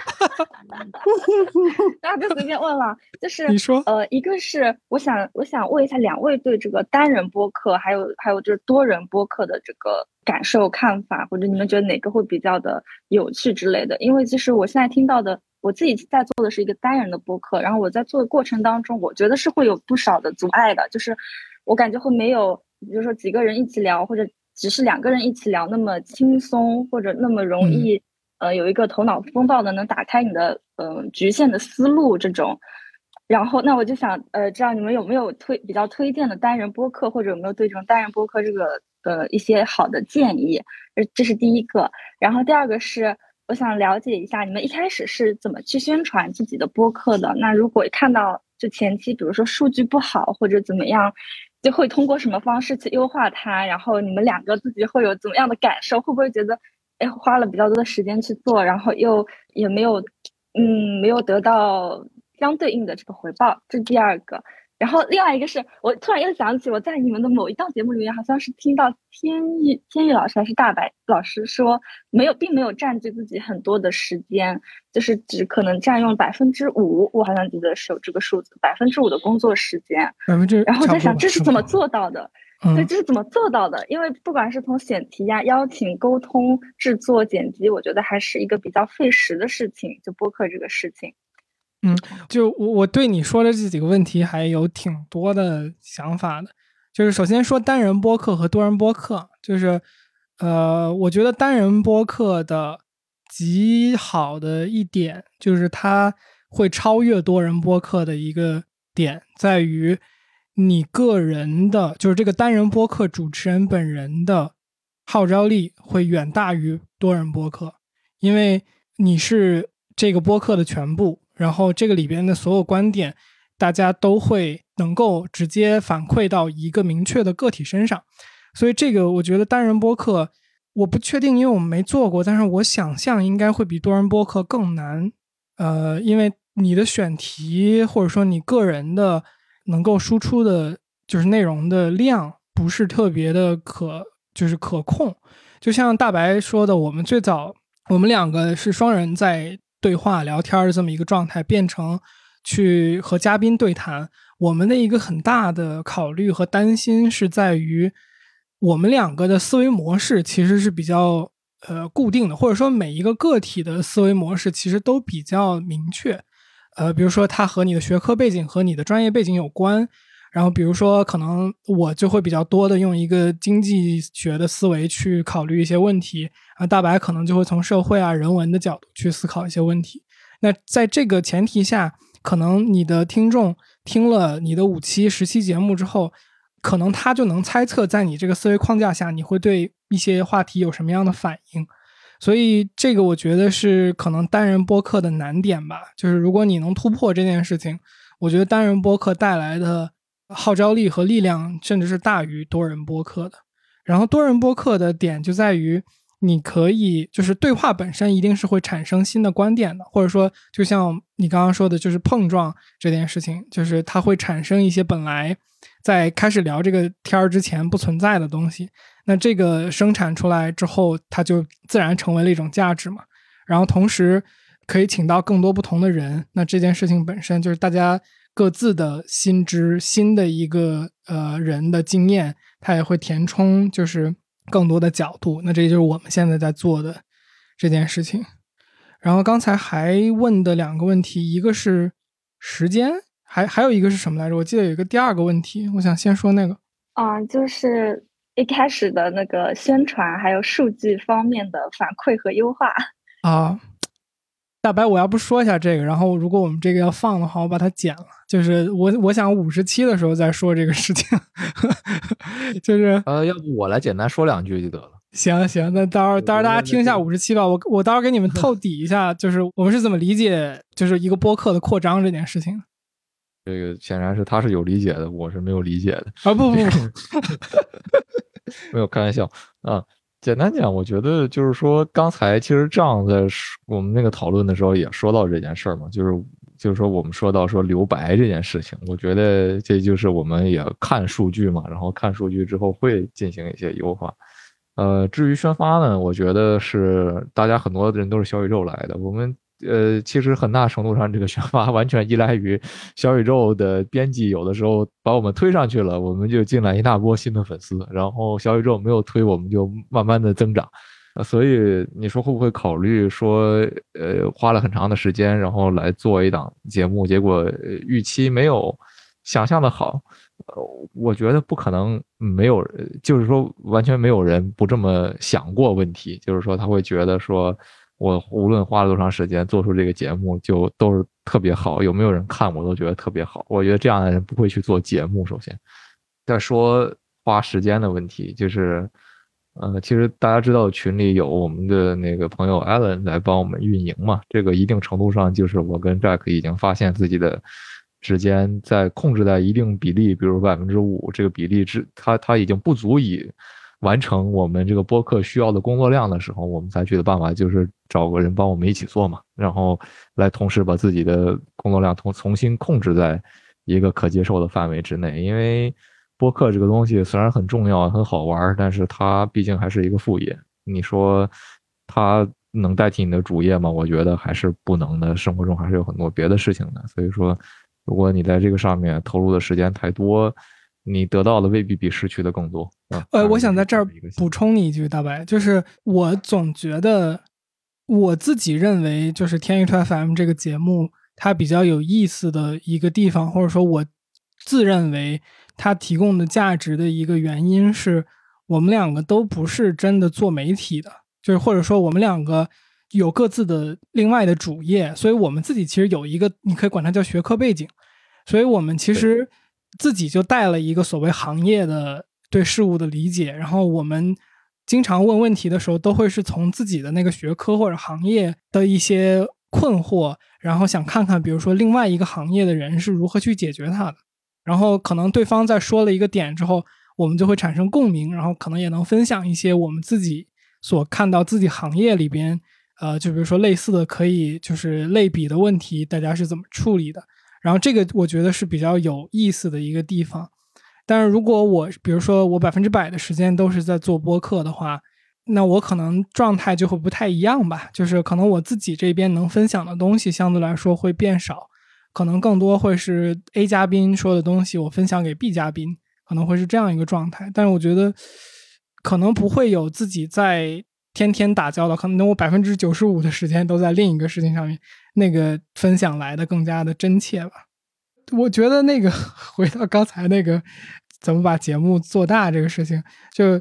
大家就随便问了，就是你说， 一个是我想问一下两位对这个单人播客还有就是多人播客的这个感受看法，或者你们觉得哪个会比较的有趣之类的？因为其实我现在听到的，我自己在做的是一个单人的播客，然后我在做的过程当中，我觉得是会有不少的阻碍的，就是我感觉会没有，比如说几个人一起聊，或者只是2个人一起聊那么轻松，或者那么容易，有一个头脑风暴的能打开你的局限的思路这种。然后那我就想知道你们有没有比较推荐的单人播客，或者有没有对这种单人播客这个一些好的建议？这是第一个。然后第二个是我想了解一下你们一开始是怎么去宣传自己的播客的？那如果看到就前期比如说数据不好或者怎么样，就会通过什么方式去优化它？然后你们2个自己会有怎么样的感受？会不会觉得花了比较多的时间去做，然后也没有得到相对应的这个回报？这是第二个。然后另外一个是我突然又想起我在你们的某一档节目里面好像是听到天意老师还是大白老师说并没有占据自己很多的时间，就是只可能占用5%，我好像记得是有这个数字，5%的工作时间。然后我在想这是怎么做到的？对，这是怎么做到的？因为不管是从选题呀、邀请、沟通、制作、剪辑，我觉得还是一个比较费时的事情，就播客这个事情。 就我对你说的这几个问题还有挺多的想法的。就是首先说单人播客和多人播客，就是我觉得单人播客的极好的一点就是它会超越多人播客的一个点在于你个人的，就是这个单人播客主持人本人的号召力会远大于多人播客，因为你是这个播客的全部，然后这个里边的所有观点大家都会能够直接反馈到一个明确的个体身上。所以这个我觉得单人播客我不确定，因为我们没做过，但是我想象应该会比多人播客更难。因为你的选题或者说你个人的能够输出的就是内容的量不是特别的可控。就像大白说的，我们最早我们2个是双人在对话聊天的这么一个状态，变成去和嘉宾对谈。我们的一个很大的考虑和担心是在于我们2个的思维模式其实是比较固定的，或者说每一个个体的思维模式其实都比较明确。比如说它和你的学科背景和你的专业背景有关，然后比如说可能我就会比较多的用一个经济学的思维去考虑一些问题，大白可能就会从社会人文的角度去思考一些问题。那在这个前提下，可能你的听众听了你的5期10期节目之后，可能他就能猜测在你这个思维框架下你会对一些话题有什么样的反应。所以这个我觉得是可能单人播客的难点吧，就是如果你能突破这件事情，我觉得单人播客带来的号召力和力量甚至是大于多人播客的。然后多人播客的点就在于你可以就是对话本身一定是会产生新的观点的，或者说就像你刚刚说的就是碰撞这件事情，就是它会产生一些本来在开始聊这个天之前不存在的东西，那这个生产出来之后它就自然成为了一种价值嘛。然后同时可以请到更多不同的人，那这件事情本身就是大家各自的新的一个人的经验，它也会填充就是更多的角度，那这就是我们现在在做的这件事情。然后刚才还问的2个问题，一个是时间，还有一个是什么来着？我记得有一个第2个问题，我想先说那个就是一开始的那个宣传还有数据方面的反馈和优化大白我要不说一下这个，然后如果我们这个要放的话我把它剪了，就是我想50期的时候再说这个事情就是要不我来简单说2句就得了。 行，那到时候大家听一下50期吧，我到时候给你们透底一下就是我们是怎么理解就是一个播客的扩张这件事情。 这个显然是他是有理解的，我是没有理解的不没有开玩笑简单讲，我觉得就是说刚才其实这样在我们那个讨论的时候也说到这件事儿嘛，就是就是说我们说到说留白这件事情，我觉得这就是我们也看数据嘛，然后看数据之后会进行一些优化。至于宣发呢，我觉得是大家很多人都是小宇宙来的，我们其实很大程度上这个宣发完全依赖于小宇宙的编辑，有的时候把我们推上去了，我们就进来一大波新的粉丝，然后小宇宙没有推，我们就慢慢的增长。所以你说会不会考虑说花了很长的时间然后来做一档节目，结果预期没有想象的好？我觉得不可能，没有，就是说完全没有人不这么想过问题，就是说他会觉得说我无论花了多长时间做出这个节目就都是特别好，有没有人看我都觉得特别好。我觉得这样的人不会去做节目。首先再说花时间的问题，就是其实大家知道群里有我们的那个朋友 Alan 来帮我们运营嘛，这个一定程度上就是我跟 Jack 已经发现自己的时间在控制在一定比例，比如 5% 这个比例它已经不足以完成我们这个播客需要的工作量的时候，我们采取的办法就是找个人帮我们一起做嘛，然后来同时把自己的工作量重新控制在一个可接受的范围之内。因为播客这个东西虽然很重要很好玩，但是它毕竟还是一个副业，你说它能代替你的主业吗？我觉得还是不能的，生活中还是有很多别的事情的。所以说如果你在这个上面投入的时间太多，你得到的未必比失去的更多。 我想在这儿补充你一句，大白，就是我总觉得我自己认为就是天娱兔 FM 这个节目它比较有意思的一个地方，或者说我自认为它提供的价值的一个原因是我们两个都不是真的做媒体的，就是或者说我们两个有各自的另外的主业，所以我们自己其实有一个你可以管它叫学科背景，所以我们其实自己就带了一个所谓行业的对事物的理解，然后我们经常问问题的时候都会是从自己的那个学科或者行业的一些困惑，然后想看看比如说另外一个行业的人是如何去解决它的，然后可能对方在说了一个点之后我们就会产生共鸣，然后可能也能分享一些我们自己所看到自己行业里边就比如说类似的可以就是类比的问题大家是怎么处理的，然后这个我觉得是比较有意思的一个地方。但是如果我比如说我100%的时间都是在做播客的话，那我可能状态就会不太一样吧，就是可能我自己这边能分享的东西相对来说会变少，可能更多会是 A 嘉宾说的东西我分享给 B 嘉宾，可能会是这样一个状态。但是我觉得可能不会有自己在天天打交道，可能我95%的时间都在另一个事情上面，那个分享来的更加的真切吧。我觉得那个回到刚才那个怎么把节目做大这个事情，就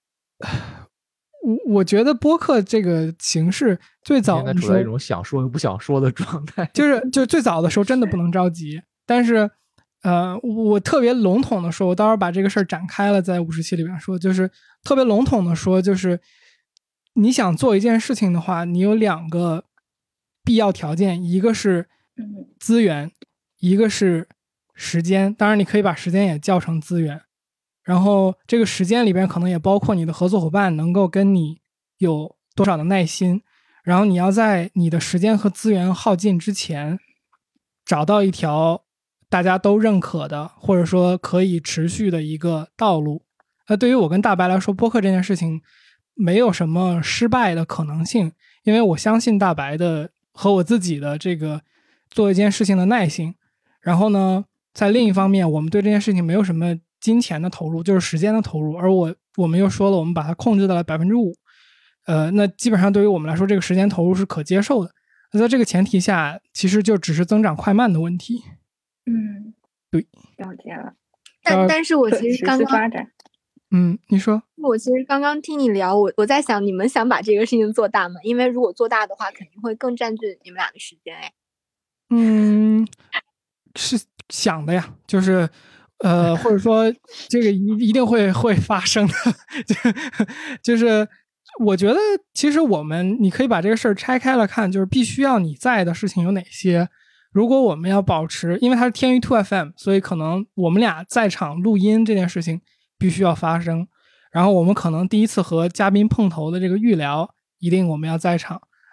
我觉得播客这个形式最早的时候处在一种想说又不想说的状态， 就最早的时候真的不能着急，但是我特别笼统的说，我待会儿把这个事儿展开了在50期里边说，就是特别笼统的说，就是你想做一件事情的话，你有2个必要条件，一个是资源，一个是时间，当然你可以把时间也叫成资源，然后这个时间里边可能也包括你的合作伙伴能够跟你有多少的耐心，然后你要在你的时间和资源耗尽之前找到一条大家都认可的或者说可以持续的一个道路。对于我跟大白来说，播客这件事情没有什么失败的可能性，因为我相信大白的和我自己的这个做一件事情的耐心，然后呢在另一方面我们对这件事情没有什么金钱的投入，就是时间的投入，而我们又说了我们把它控制到了 5%， 那基本上对于我们来说这个时间投入是可接受的。那在这个前提下其实就只是增长快慢的问题。对， 了解了。 但是我其实刚刚你说。 我其实刚刚听你聊，我在想你们想把这个事情做大吗？因为如果做大的话肯定会更占据你们俩的时间。 是想的呀，就是或者说这个一定会发生的就是我觉得其实你可以把这个事儿拆开了看，就是必须要你在的事情有哪些。如果我们要保持，因为它是天娱兔 FM， 所以可能我们俩在场录音这件事情必须要发生，然后我们可能第一次和嘉宾碰头的这个预聊一定我们要在场，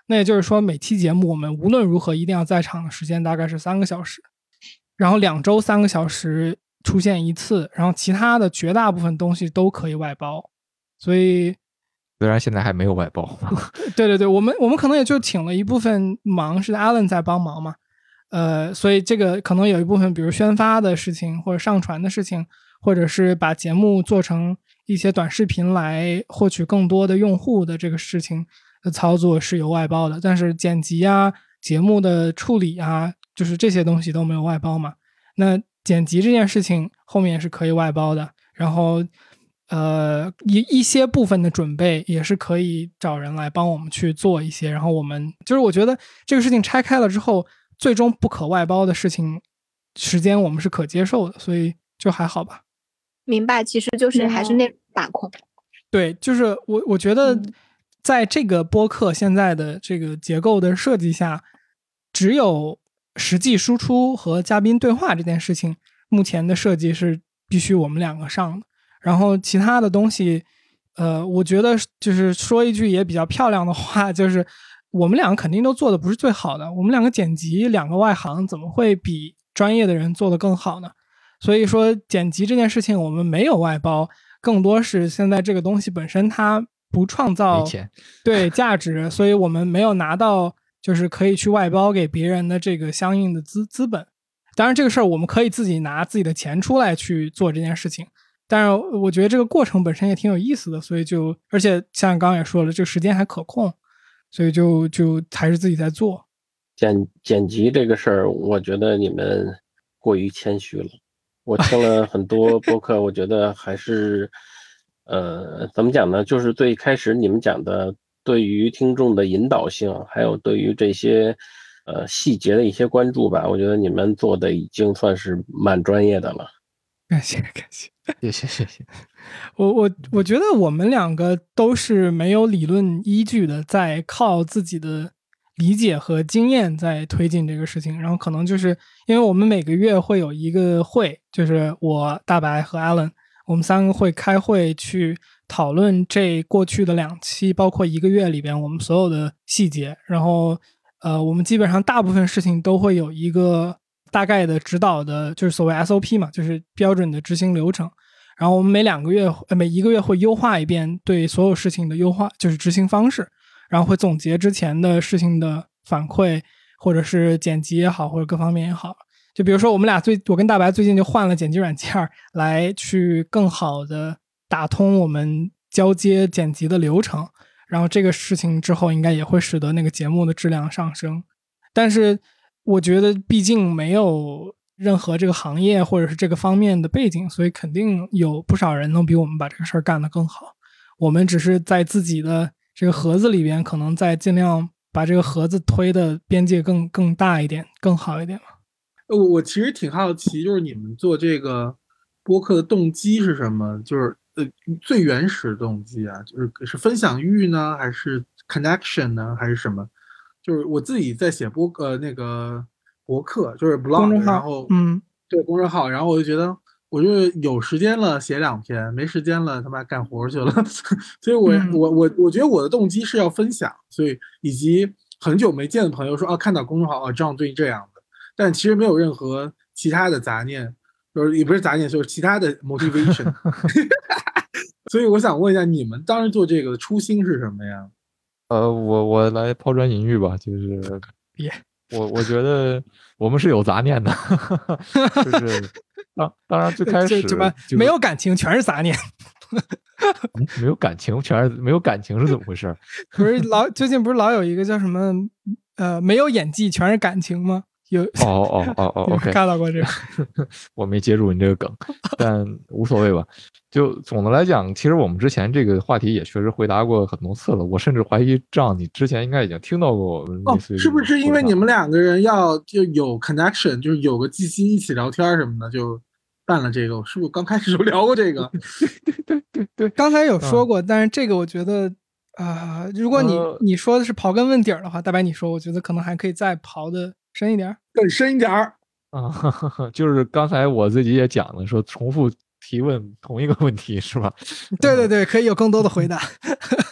那也就是说每期节目我们无论如何一定要在场的时间大概是3个小时，然后2周3个小时出现一次，然后其他的绝大部分东西都可以外包。所以虽然现在还没有外包对对对，我们可能也就请了一部分忙，是 Alan 在帮忙嘛。所以这个可能有一部分比如宣发的事情或者上传的事情，或者是把节目做成一些短视频来获取更多的用户的这个事情的操作是有外包的，但是剪辑啊节目的处理啊就是这些东西都没有外包嘛。那剪辑这件事情后面是可以外包的，然后一些部分的准备也是可以找人来帮我们去做一些，然后我们就是我觉得这个事情拆开了之后最终不可外包的事情时间我们是可接受的，所以就还好吧。 明白，其实就是还是内容把控。 对，就是我觉得在这个播客现在的这个结构的设计下，只有实际输出和嘉宾对话这件事情目前的设计是必须我们2个上的，然后其他的东西我觉得就是说一句也比较漂亮的话，就是我们2个肯定都做的不是最好的，我们2个剪辑2个外行怎么会比专业的人做的更好呢？所以说剪辑这件事情我们没有外包，更多是现在这个东西本身它不创造对价值，所以我们没有拿到就是可以去外包给别人的这个相应的资本。当然这个事儿我们可以自己拿自己的钱出来去做这件事情，但是我觉得这个过程本身也挺有意思的，所以而且像刚刚也说了这个时间还可控，所以就还是自己在做。 剪辑这个事儿我觉得你们过于谦虚了，我听了很多播客我觉得还是怎么讲呢，就是最开始你们讲的对于听众的引导性还有对于这些细节的一些关注吧，我觉得你们做的已经算是蛮专业的了。 感谢感谢谢谢。 我觉得我们2个都是没有理论依据的，在靠自己的理解和经验在推进这个事情，然后可能就是因为我们每个月会有一个会，就是我大白和 Alan 我们3个会开会去讨论这过去的2期包括1个月里边我们所有的细节，然后我们基本上大部分事情都会有一个大概的指导的，就是所谓 SOP 嘛，就是标准的执行流程，然后我们每1个月会优化一遍对所有事情的优化，就是执行方式，然后会总结之前的事情的反馈，或者是剪辑也好或者各方面也好。就比如说我跟大白最近就换了剪辑软件来去更好的打通我们交接剪辑的流程，然后这个事情之后应该也会使得那个节目的质量上升。但是我觉得毕竟没有任何这个行业或者是这个方面的背景，所以肯定有不少人能比我们把这个事儿干得更好，我们只是在自己的这个盒子里边可能在尽量把这个盒子推的边界更大一点更好一点嘛。 我其实挺好奇，就是你们做这个播客的动机是什么？就是最原始的动机啊，是分享欲呢，还是 connection 呢，还是什么？就是我自己在写那个博客，就是 blog， 然后对公众号，然后我就觉得我就有时间了写2篇，没时间了他妈干活去了，所以我觉得我的动机是要分享，所以以及很久没见的朋友说看到公众号这样最近这样的。但其实没有任何其他的杂念，就是也不是杂念，就是其他的 motivation 所以我想问一下，你们当时做这个的初心是什么呀？ 我来抛砖引玉吧，就是我觉得我们是有杂念的就是当然最开始没有感情全是杂念没有感情全是没有感情是怎么回事？ 不是最近不是老有一个叫什么没有演技全是感情吗？有 OK， 看到过这个我没接住你这个梗，但无所谓吧。就总的来讲，其实我们之前这个话题也确实回答过很多次了。我甚至怀疑这样你之前应该已经听到过我们类似于是不是因为你们2个人就有 connection， 就是有个记心一起聊天什么的，就办了这个？是不是刚开始就聊过这个？ 对， 刚才有说过，但是这个我觉得如果你说的是刨根问底的话，大白你说，我觉得可能还可以再刨的深一点， 更深一点就是刚才我自己也讲了，说重复提问同一个问题是吧？ 对，可以有更多的回答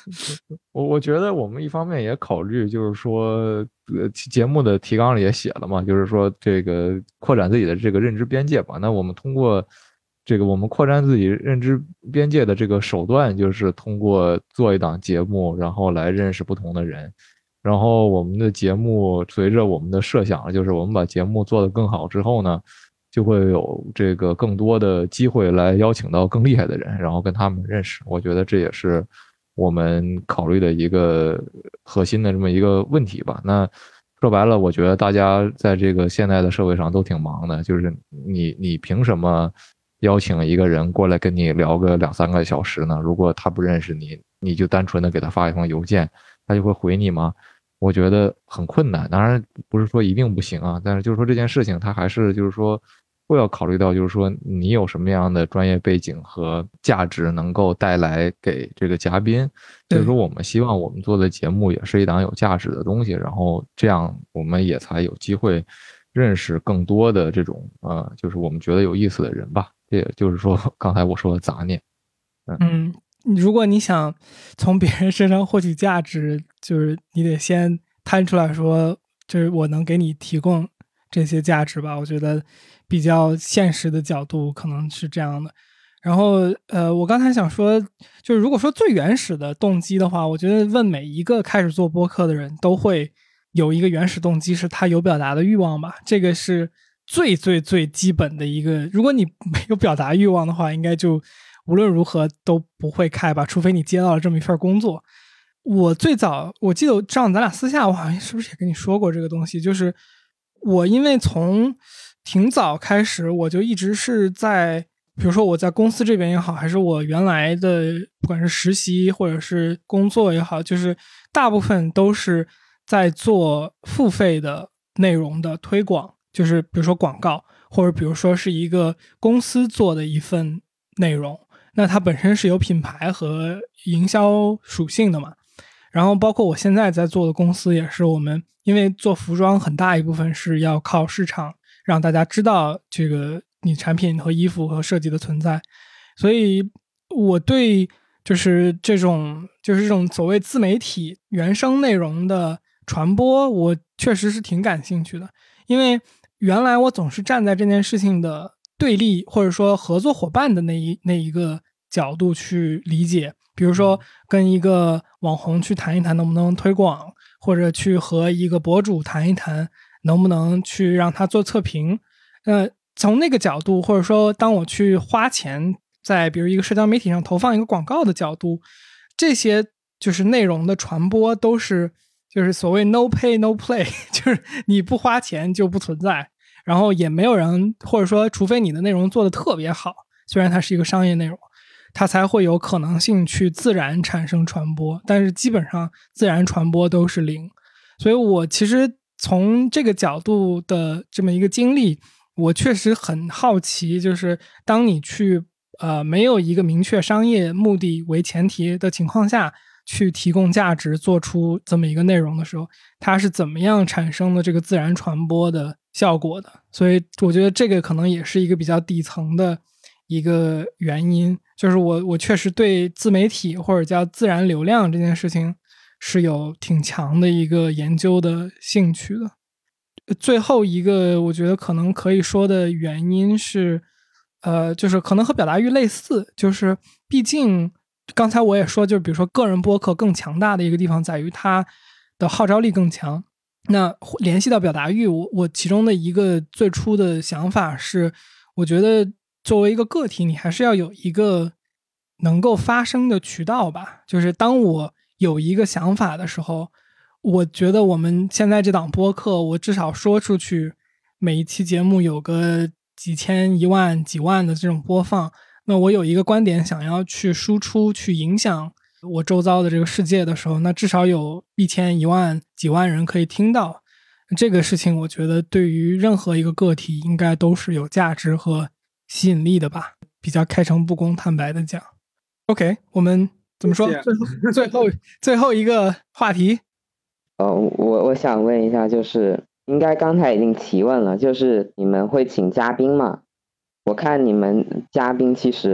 我觉得我们一方面也考虑，就是说，节目的提纲里也写了嘛，就是说这个扩展自己的这个认知边界吧。那我们通过这个我们扩展自己认知边界的这个手段，就是通过做一档节目，然后来认识不同的人。然后我们的节目随着我们的设想，就是我们把节目做得更好之后呢，就会有这个更多的机会来邀请到更厉害的人，然后跟他们认识。我觉得这也是我们考虑的一个核心的这么一个问题吧。那说白了，我觉得大家在这个现在的社会上都挺忙的，就是你凭什么邀请一个人过来跟你聊个2-3个小时呢？如果他不认识你，你就单纯的给他发一封邮件，他就会回你吗？我觉得很困难。当然不是说一定不行啊，但是就是说这件事情它还是就是说会要考虑到，就是说你有什么样的专业背景和价值能够带来给这个嘉宾。就是说我们希望我们做的节目也是一档有价值的东西，然后这样我们也才有机会认识更多的这种就是我们觉得有意思的人吧。这也就是说刚才我说的杂念。 如果你想从别人身上获取价值，就是你得先摊出来说，就是我能给你提供这些价值吧。我觉得比较现实的角度可能是这样的。然后我刚才想说，就是如果说最原始的动机的话，我觉得问每一个开始做播客的人都会有一个原始动机，是他有表达的欲望吧。这个是最最最基本的一个，如果你没有表达欲望的话，应该就无论如何都不会开吧，除非你接到了这么一份工作。我最早我记得上咱俩私下我好像是不是也跟你说过这个东西，就是我因为从挺早开始我就一直是在，比如说我在公司这边也好，还是我原来的不管是实习或者是工作也好，就是大部分都是在做付费的内容的推广，就是比如说广告，或者比如说是一个公司做的一份内容，那它本身是有品牌和营销属性的嘛。然后包括我现在在做的公司也是，我们因为做服装很大一部分是要靠市场让大家知道这个你产品和衣服和设计的存在，所以我对就是这种所谓自媒体原生内容的传播，我确实是挺感兴趣的。因为原来我总是站在这件事情的对立或者说合作伙伴的那一个角度去理解，比如说跟一个网红去谈一谈能不能推广，或者去和一个博主谈一谈能不能去让他做测评。从那个角度，或者说当我去花钱在比如一个社交媒体上投放一个广告的角度，这些就是内容的传播都是就是所谓 no pay no play， 就是你不花钱就不存在，然后也没有人，或者说除非你的内容做得特别好，虽然它是一个商业内容，它才会有可能性去自然产生传播，但是基本上自然传播都是0。所以我其实从这个角度的这么一个经历，我确实很好奇，就是当你去没有一个明确商业目的为前提的情况下去提供价值，做出这么一个内容的时候，它是怎么样产生的这个自然传播的效果的。所以我觉得这个可能也是一个比较底层的一个原因，就是我确实对自媒体或者叫自然流量这件事情是有挺强的一个研究的兴趣的。最后一个我觉得可能可以说的原因是就是可能和表达欲类似，就是毕竟刚才我也说，就是比如说个人播客更强大的一个地方在于它的号召力更强。那联系到表达欲，我其中的一个最初的想法是，我觉得作为一个个体，你还是要有一个能够发声的渠道吧。就是当我有一个想法的时候，我觉得我们现在这档播客，我至少说出去，每一期节目有个几千、1万、几万的这种播放，那我有一个观点想要去输出，去影响我周遭的这个世界的时候，那至少有1000、1万、几万人可以听到。这个事情我觉得对于任何一个个体应该都是有价值和吸引力的吧，比较开诚布公坦白的讲。 OK， 我们怎么说，最后一个话题。 我想问一下，就是应该刚才已经提问了，就是你们会请嘉宾吗？我看你们嘉宾其实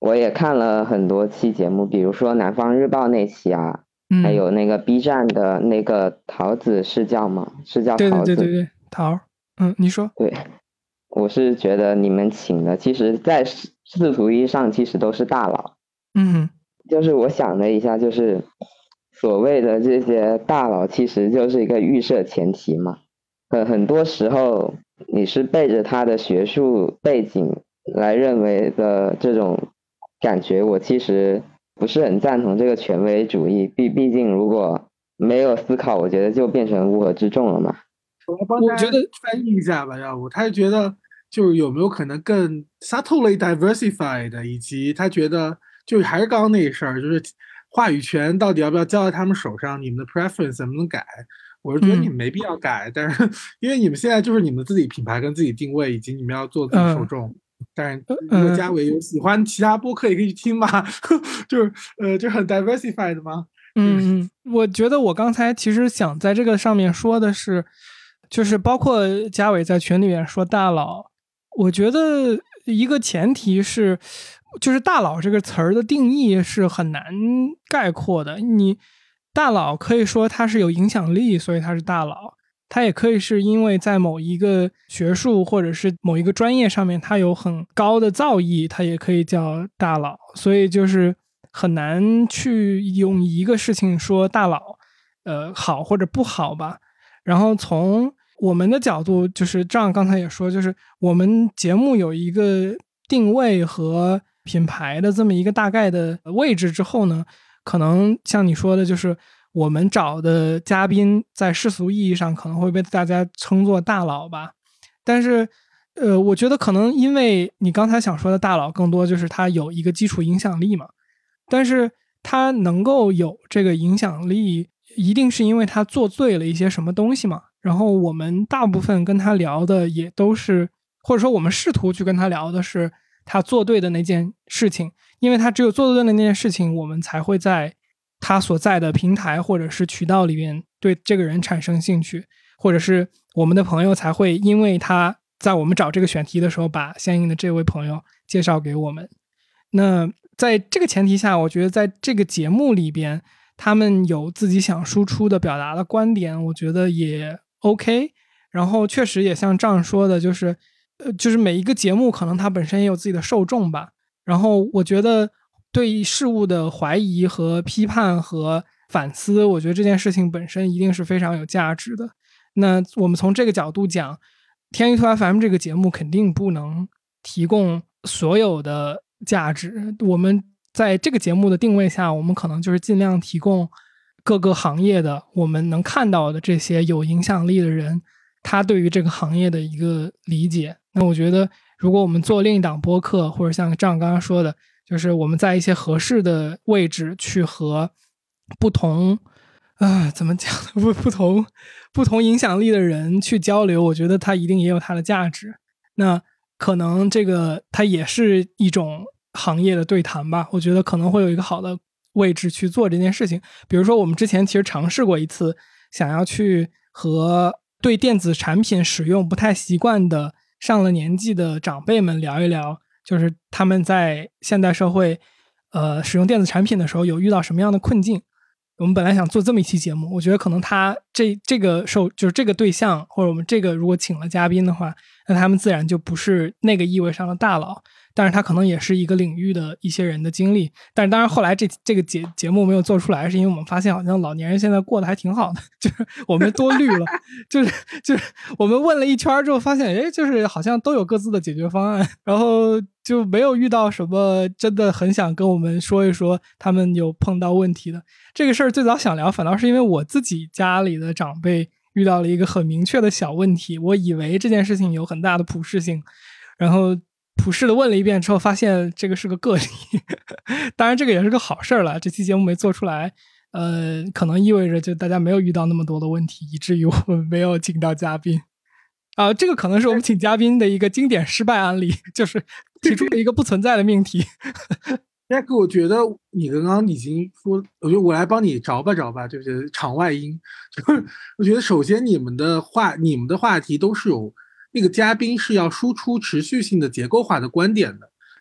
我也看了很多期节目，比如说南方日报那期啊，还有那个 B 站的那个桃子是叫吗？是叫桃子？ 对，桃。你说。 对，我是觉得你们请的，其实在世俗意义上其实都是大佬。就是我想了一下，就是所谓的这些大佬，其实就是一个预设前提嘛。很多时候你是背着他的学术背景来认为的这种感觉，我其实不是很赞同这个权威主义。毕竟如果没有思考，我觉得就变成乌合之众了嘛。 我觉得翻译一下吧，要不他觉得就是有没有可能更 subtly diversified， 以及他觉得就是还是刚刚那事儿，就是话语权到底要不要交在他们手上，你们的 preference 能不能改？我是觉得你们没必要改，但是因为你们现在就是你们自己品牌跟自己定位，以及你们要做自己受众。但是如果嘉伟有喜欢其他播客也可以去听嘛，就是很 diversified 吗？ 我觉得我刚才其实想在这个上面说的是，就是包括嘉伟在群里面说大佬，我觉得一个前提是，就是大佬这个词儿的定义是很难概括的。你大佬可以说他是有影响力，所以他是大佬，他也可以是因为在某一个学术或者是某一个专业上面他有很高的造诣，他也可以叫大佬。所以就是很难去用一个事情说大佬好或者不好吧。然后从我们的角度，就是这样，刚才也说，就是我们节目有一个定位和品牌的这么一个大概的位置之后呢，可能像你说的，就是我们找的嘉宾在世俗意义上可能会被大家称作大佬吧。但是我觉得可能因为你刚才想说的大佬更多就是他有一个基础影响力嘛，但是他能够有这个影响力一定是因为他做对了一些什么东西嘛。然后我们大部分跟他聊的也都是，或者说我们试图去跟他聊的是他做对的那件事情，因为他只有做对的那件事情，我们才会在他所在的平台或者是渠道里面对这个人产生兴趣，或者是我们的朋友才会因为他在我们找这个选题的时候把相应的这位朋友介绍给我们。那在这个前提下，我觉得在这个节目里边他们有自己想输出的表达的观点，我觉得也 OK。 然后确实也像这样说的，就是每一个节目可能它本身也有自己的受众吧。然后我觉得对事物的怀疑和批判和反思，我觉得这件事情本身一定是非常有价值的。那我们从这个角度讲，天娱兔 FM 这个节目肯定不能提供所有的价值，我们在这个节目的定位下，我们可能就是尽量提供各个行业的我们能看到的这些有影响力的人他对于这个行业的一个理解。那我觉得如果我们做另一档播客，或者像张刚刚说的，就是我们在一些合适的位置去和不同怎么讲不同影响力的人去交流，我觉得它一定也有它的价值。那可能这个它也是一种行业的对谈吧，我觉得可能会有一个好的位置去做这件事情。比如说我们之前其实尝试过一次，想要去和对电子产品使用不太习惯的上了年纪的长辈们聊一聊，就是他们在现代社会使用电子产品的时候有遇到什么样的困境。我们本来想做这么一期节目，我觉得可能他这个就是这个对象，或者我们这个如果请了嘉宾的话，那他们自然就不是那个意味上的大佬，但是他可能也是一个领域的一些人的经历。但是当然后来这个节目没有做出来，是因为我们发现好像老年人现在过得还挺好的，就是我们多虑了就是我们问了一圈之后发现就是好像都有各自的解决方案，然后就没有遇到什么真的很想跟我们说一说他们有碰到问题的。这个事儿最早想聊反倒是因为我自己家里的长辈遇到了一个很明确的小问题，我以为这件事情有很大的普适性，然后普适的问了一遍之后发现这个是个个例当然这个也是个好事了，这期节目没做出来可能意味着就大家没有遇到那么多的问题，以至于我们没有请到嘉宾这个可能是我们请嘉宾的一个经典失败案例，就是提出了一个不存在的命题 Jack， 我觉得你刚刚已经说，我觉得我来帮你找吧，就是场外音。就是我觉得首先你们的话题都是有那个嘉宾是要输出持续性的结构化的观点的，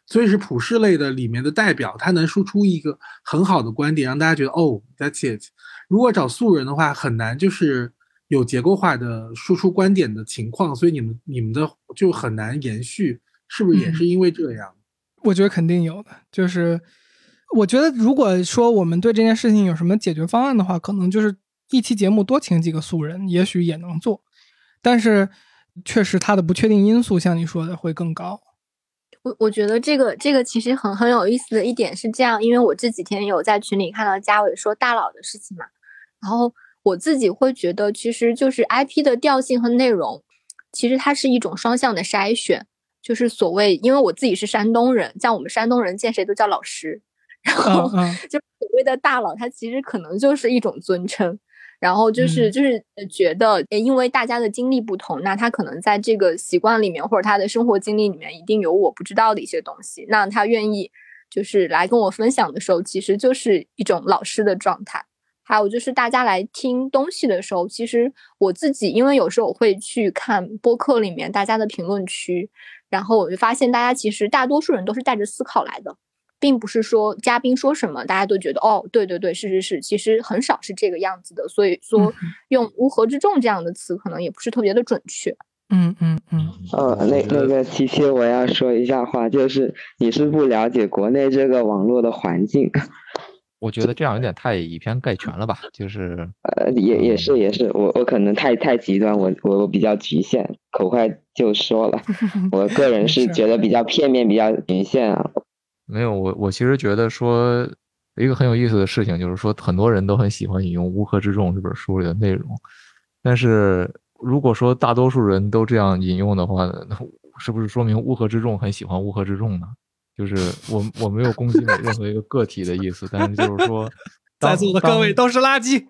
所以是普世类的里面的代表，他能输出一个很好的观点，让大家觉得哦 that's it。 如果找素人的话很难就是有结构化的输出观点的情况，所以你们的就很难延续，是不是也是因为这样？ 我觉得肯定有的，就是我觉得如果说我们对这件事情有什么解决方案的话，可能就是一期节目多请几个素人也许也能做，但是确实它的不确定因素像你说的会更高。 我觉得这个其实很有意思的一点是这样，因为我这几天有在群里看到嘉伟说大佬的事情嘛，然后我自己会觉得其实就是 IP 的调性和内容其实它是一种双向的筛选，就是所谓因为我自己是山东人，像我们山东人见谁都叫老师，然后就所谓的大佬他其实可能就是一种尊称，然后就是觉得因为大家的经历不同，那他可能在这个习惯里面或者他的生活经历里面一定有我不知道的一些东西，那他愿意就是来跟我分享的时候其实就是一种老师的状态。还有就是大家来听东西的时候，其实我自己因为有时候我会去看播客里面大家的评论区，然后我就发现大家其实大多数人都是带着思考来的，并不是说嘉宾说什么大家都觉得哦对对对是，其实很少是这个样子的，所以说用乌合之众这样的词可能也不是特别的准确。 那个琪琪我要说一下话，就是你是不了解国内这个网络的环境。 我觉得这样有点太以偏概全了吧，就是也是我可能太极端，我比较局限，口快就说了，我个人是觉得比较片面比较局限啊。 没有，我其实觉得说一个很有意思的事情就是说很多人都很喜欢引用乌合之众这本书里的内容，但是如果说大多数人都这样引用的话，是不是说明乌合之众很喜欢乌合之众呢？就是我没有攻击任何一个个体的意思，但是就是说在座的各位都是垃圾。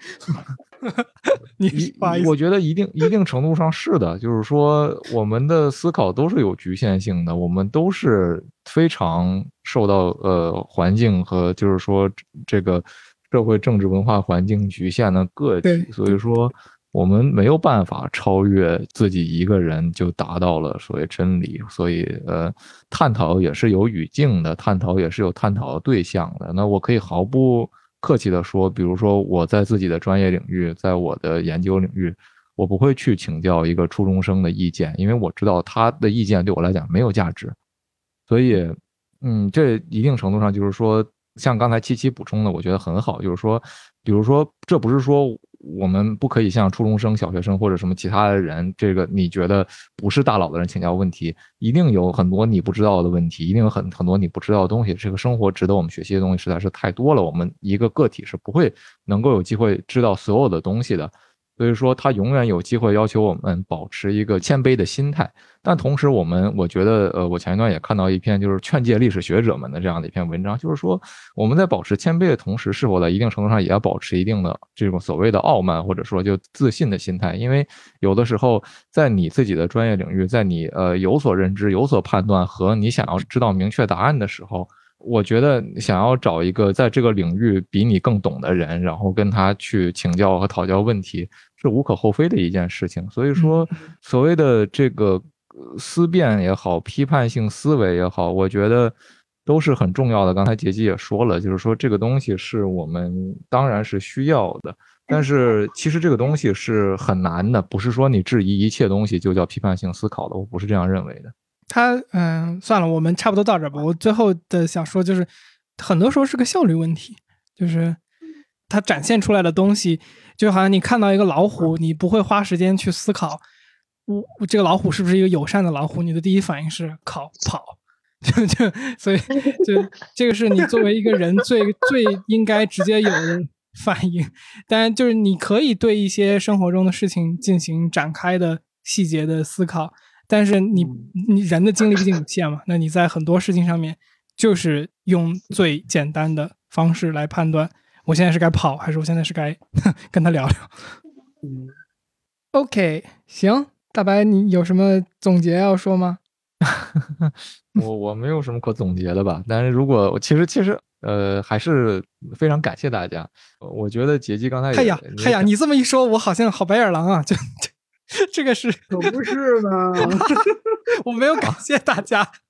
我觉得一定程度上是的，就是说我们的思考都是有局限性的，我们都是非常受到环境和就是说这个社会政治文化环境局限的个体，所以说我们没有办法超越自己一个人就达到了所谓真理，所以探讨也是有语境的，探讨也是有探讨的对象的。那我可以毫不客气的说，比如说我在自己的专业领域，在我的研究领域，我不会去请教一个初中生的意见，因为我知道他的意见对我来讲没有价值。所以这一定程度上就是说像刚才七七补充的我觉得很好，就是说比如说这不是说我们不可以向初中生小学生或者什么其他的人，这个你觉得不是大佬的人请教问题，一定有很多你不知道的问题，一定有很多你不知道的东西，这个生活值得我们学习的东西实在是太多了，我们一个个体是不会能够有机会知道所有的东西的，所以说他永远有机会要求我们保持一个谦卑的心态。但同时我觉得我前一段也看到一篇就是劝诫历史学者们的这样的一篇文章，就是说我们在保持谦卑的同时，是否在一定程度上也要保持一定的这种所谓的傲慢或者说就自信的心态，因为有的时候在你自己的专业领域，在你有所认知有所判断和你想要知道明确答案的时候，我觉得想要找一个在这个领域比你更懂的人，然后跟他去请教和讨教问题是无可厚非的一件事情。所以说所谓的这个思辨也好，批判性思维也好，我觉得都是很重要的。刚才杰基也说了，就是说这个东西是我们当然是需要的，但是其实这个东西是很难的，不是说你质疑一切东西就叫批判性思考的，我不是这样认为的。 算了，我们差不多到这吧。我最后的想说就是很多时候是个效率问题，就是它展现出来的东西就好像你看到一个老虎，你不会花时间去思考这个老虎是不是一个友善的老虎，你的第一反应是跑，所以就这个是你作为一个人最应该直接有的反应。当然就是你可以对一些生活中的事情进行展开的细节的思考，但是你人的精力毕竟有限嘛，那你在很多事情上面就是用最简单的方式来判断我现在是该跑还是我现在是该跟他聊聊。OK， 行，大白你有什么总结要说吗？ 我没有什么可总结的吧，但是如果其实还是非常感谢大家。我觉得杰基刚才也哎呀，你这么一说我好像好白眼狼啊，这个是可不是呢。 我没有感谢大家。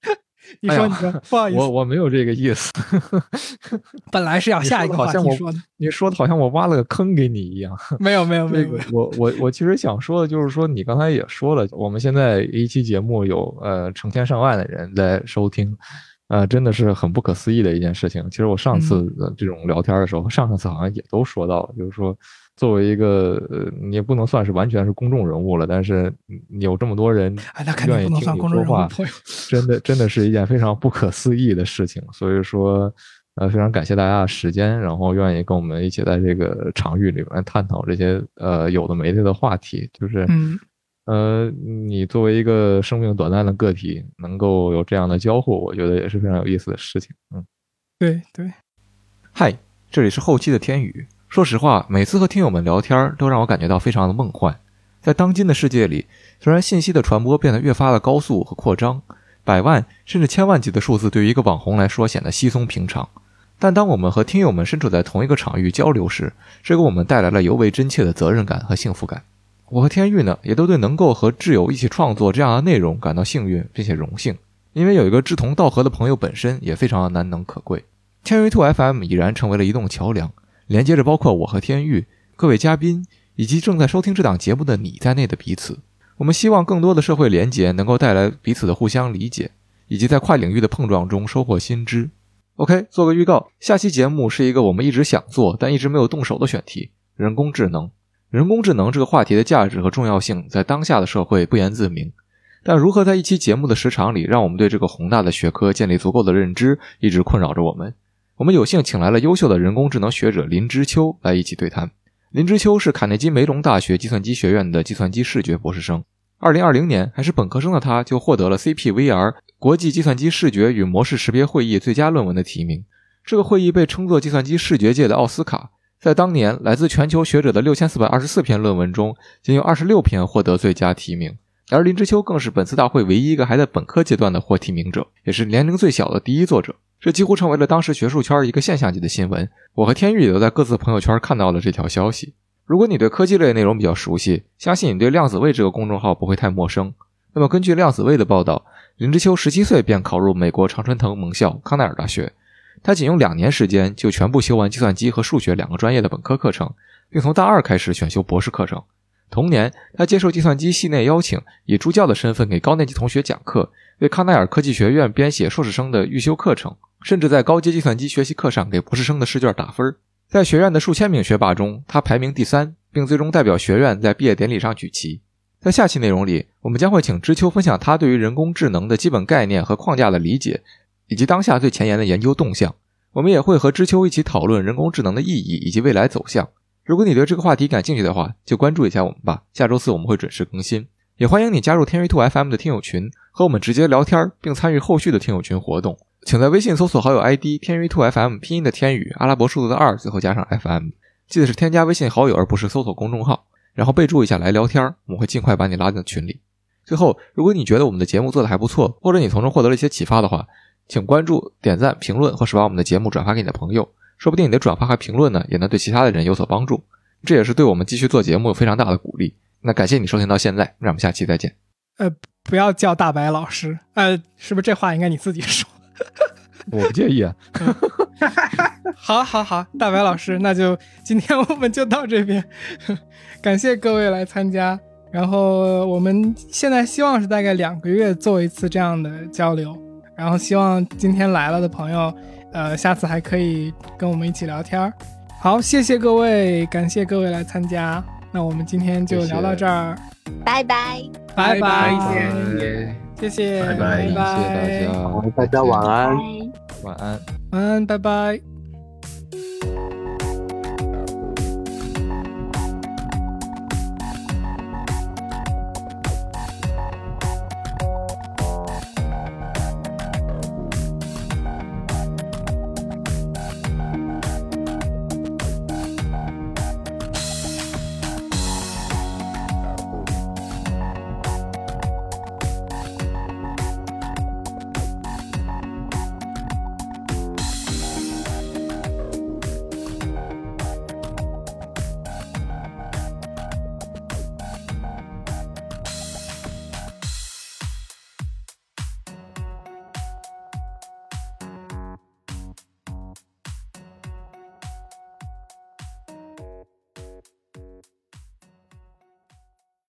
你说，不好意思， 我没有这个意思。 本来是要下一个话题说的， 你说的好像我挖了个坑给你一样。 没有。 我其实想说的就是说，你刚才也说了，我们现在一期节目有成千上万的人在收听，真的是很不可思议的一件事情。其实我上次的这种聊天的时候，上次好像也都说到了，就是说，作为一个你也不能算是完全是公众人物了，但是你有这么多人愿意听你说话，真的是一件非常不可思议的事情。所以说，非常感谢大家的时间，然后愿意跟我们一起在这个场域里面探讨这些有的没的话题。就是你作为一个生命短暂的个体，能够有这样的交互，我觉得也是非常有意思的事情。 对。 嗨，这里是后期的天宇。说实话，每次和听友们聊天都让我感觉到非常的梦幻。在当今的世界里，虽然信息的传播变得越发的高速和扩张，百万甚至千万级的数字对于一个网红来说显得稀松平常，但当我们和听友们身处在同一个场域交流时，这给我们带来了尤为真切的责任感和幸福感。我和天玉呢，也都对能够和挚友一起创作这样的内容感到幸运并且荣幸，因为有一个志同道合的朋友本身也非常的难能可贵。天宇兔 FM 已然成为了一栋桥梁，连接着包括我和天玉、各位嘉宾以及正在收听这档节目的你在内的彼此。我们希望更多的社会连结能够带来彼此的互相理解，以及在跨领域的碰撞中收获新知。OK， 做个预告，下期节目是一个我们一直想做但一直没有动手的选题——人工智能。人工智能这个话题的价值和重要性在当下的社会不言自明，但如何在一期节目的时长里让我们对这个宏大的学科建立足够的认知，一直困扰着我们。我们有幸请来了优秀的人工智能学者林之秋来一起对谈。林之秋是卡内基梅隆大学计算机学院的计算机视觉博士生。2020年还是本科生的他就获得了 CPVR 国际计算机视觉与模式识别会议最佳论文的提名。这个会议被称作计算机视觉界的奥斯卡，在当年来自全球学者的6424篇论文中，仅有26篇获得最佳提名。而林之秋更是本次大会唯一一个还在本科阶段的获提名者，也是年龄最小的第一作者。这几乎成为了当时学术圈一个现象级的新闻。我和天宇也都在各自朋友圈看到了这条消息。如果你对科技类内容比较熟悉，相信你对量子位这个公众号不会太陌生。那么根据量子位的报道，林之秋17岁便考入美国常春藤盟校康奈尔大学，他仅用2年时间就全部修完计算机和数学2个专业的本科课程，并从大2开始选修博士课程。同年，他接受计算机系内邀请，以助教的身份给高年级同学讲课，为康奈尔科技学院编写硕士生的预修课程，甚至在高阶计算机学习课上给博士生的试卷打分。在学院的数千名学霸中，他排名第3，并最终代表学院在毕业典礼上举旗。在下期内容里，我们将会请知秋分享他对于人工智能的基本概念和框架的理解，以及当下最前沿的研究动向。我们也会和知秋一起讨论人工智能的意义以及未来走向。如果你对这个话题感兴趣的话，就关注一下我们吧。下周4我们会准时更新，也欢迎你加入天娱兔 FM 的听友群，和我们直接聊天，并参与后续的听友群活动。请在微信搜索好友 ID 天娱兔 FM， 拼音的天宇，阿拉伯数字的2，最后加上 FM。记得是添加微信好友，而不是搜索公众号，然后备注一下来聊天，我们会尽快把你拉进群里。最后，如果你觉得我们的节目做得还不错，或者你从中获得了一些启发的话，请关注、点赞、评论，或是把我们的节目转发给你的朋友。说不定你的转发和评论呢，也能对其他的人有所帮助，这也是对我们继续做节目有非常大的鼓励。那感谢你收听到现在，让我们下期再见。 不要叫大白老师，是不是这话应该你自己说？ 我不介意啊。 好，大白老师，那就今天我们就到这边，感谢各位来参加。然后我们现在希望是大概2个月做一次这样的交流，然后希望今天来了的朋友下次还可以跟我们一起聊天。好，谢谢各位，感谢各位来参加，那我们今天就聊到这儿， 拜拜拜拜， 谢谢， 拜拜， 谢谢大家， 大家晚安， 晚安， 晚安，拜拜。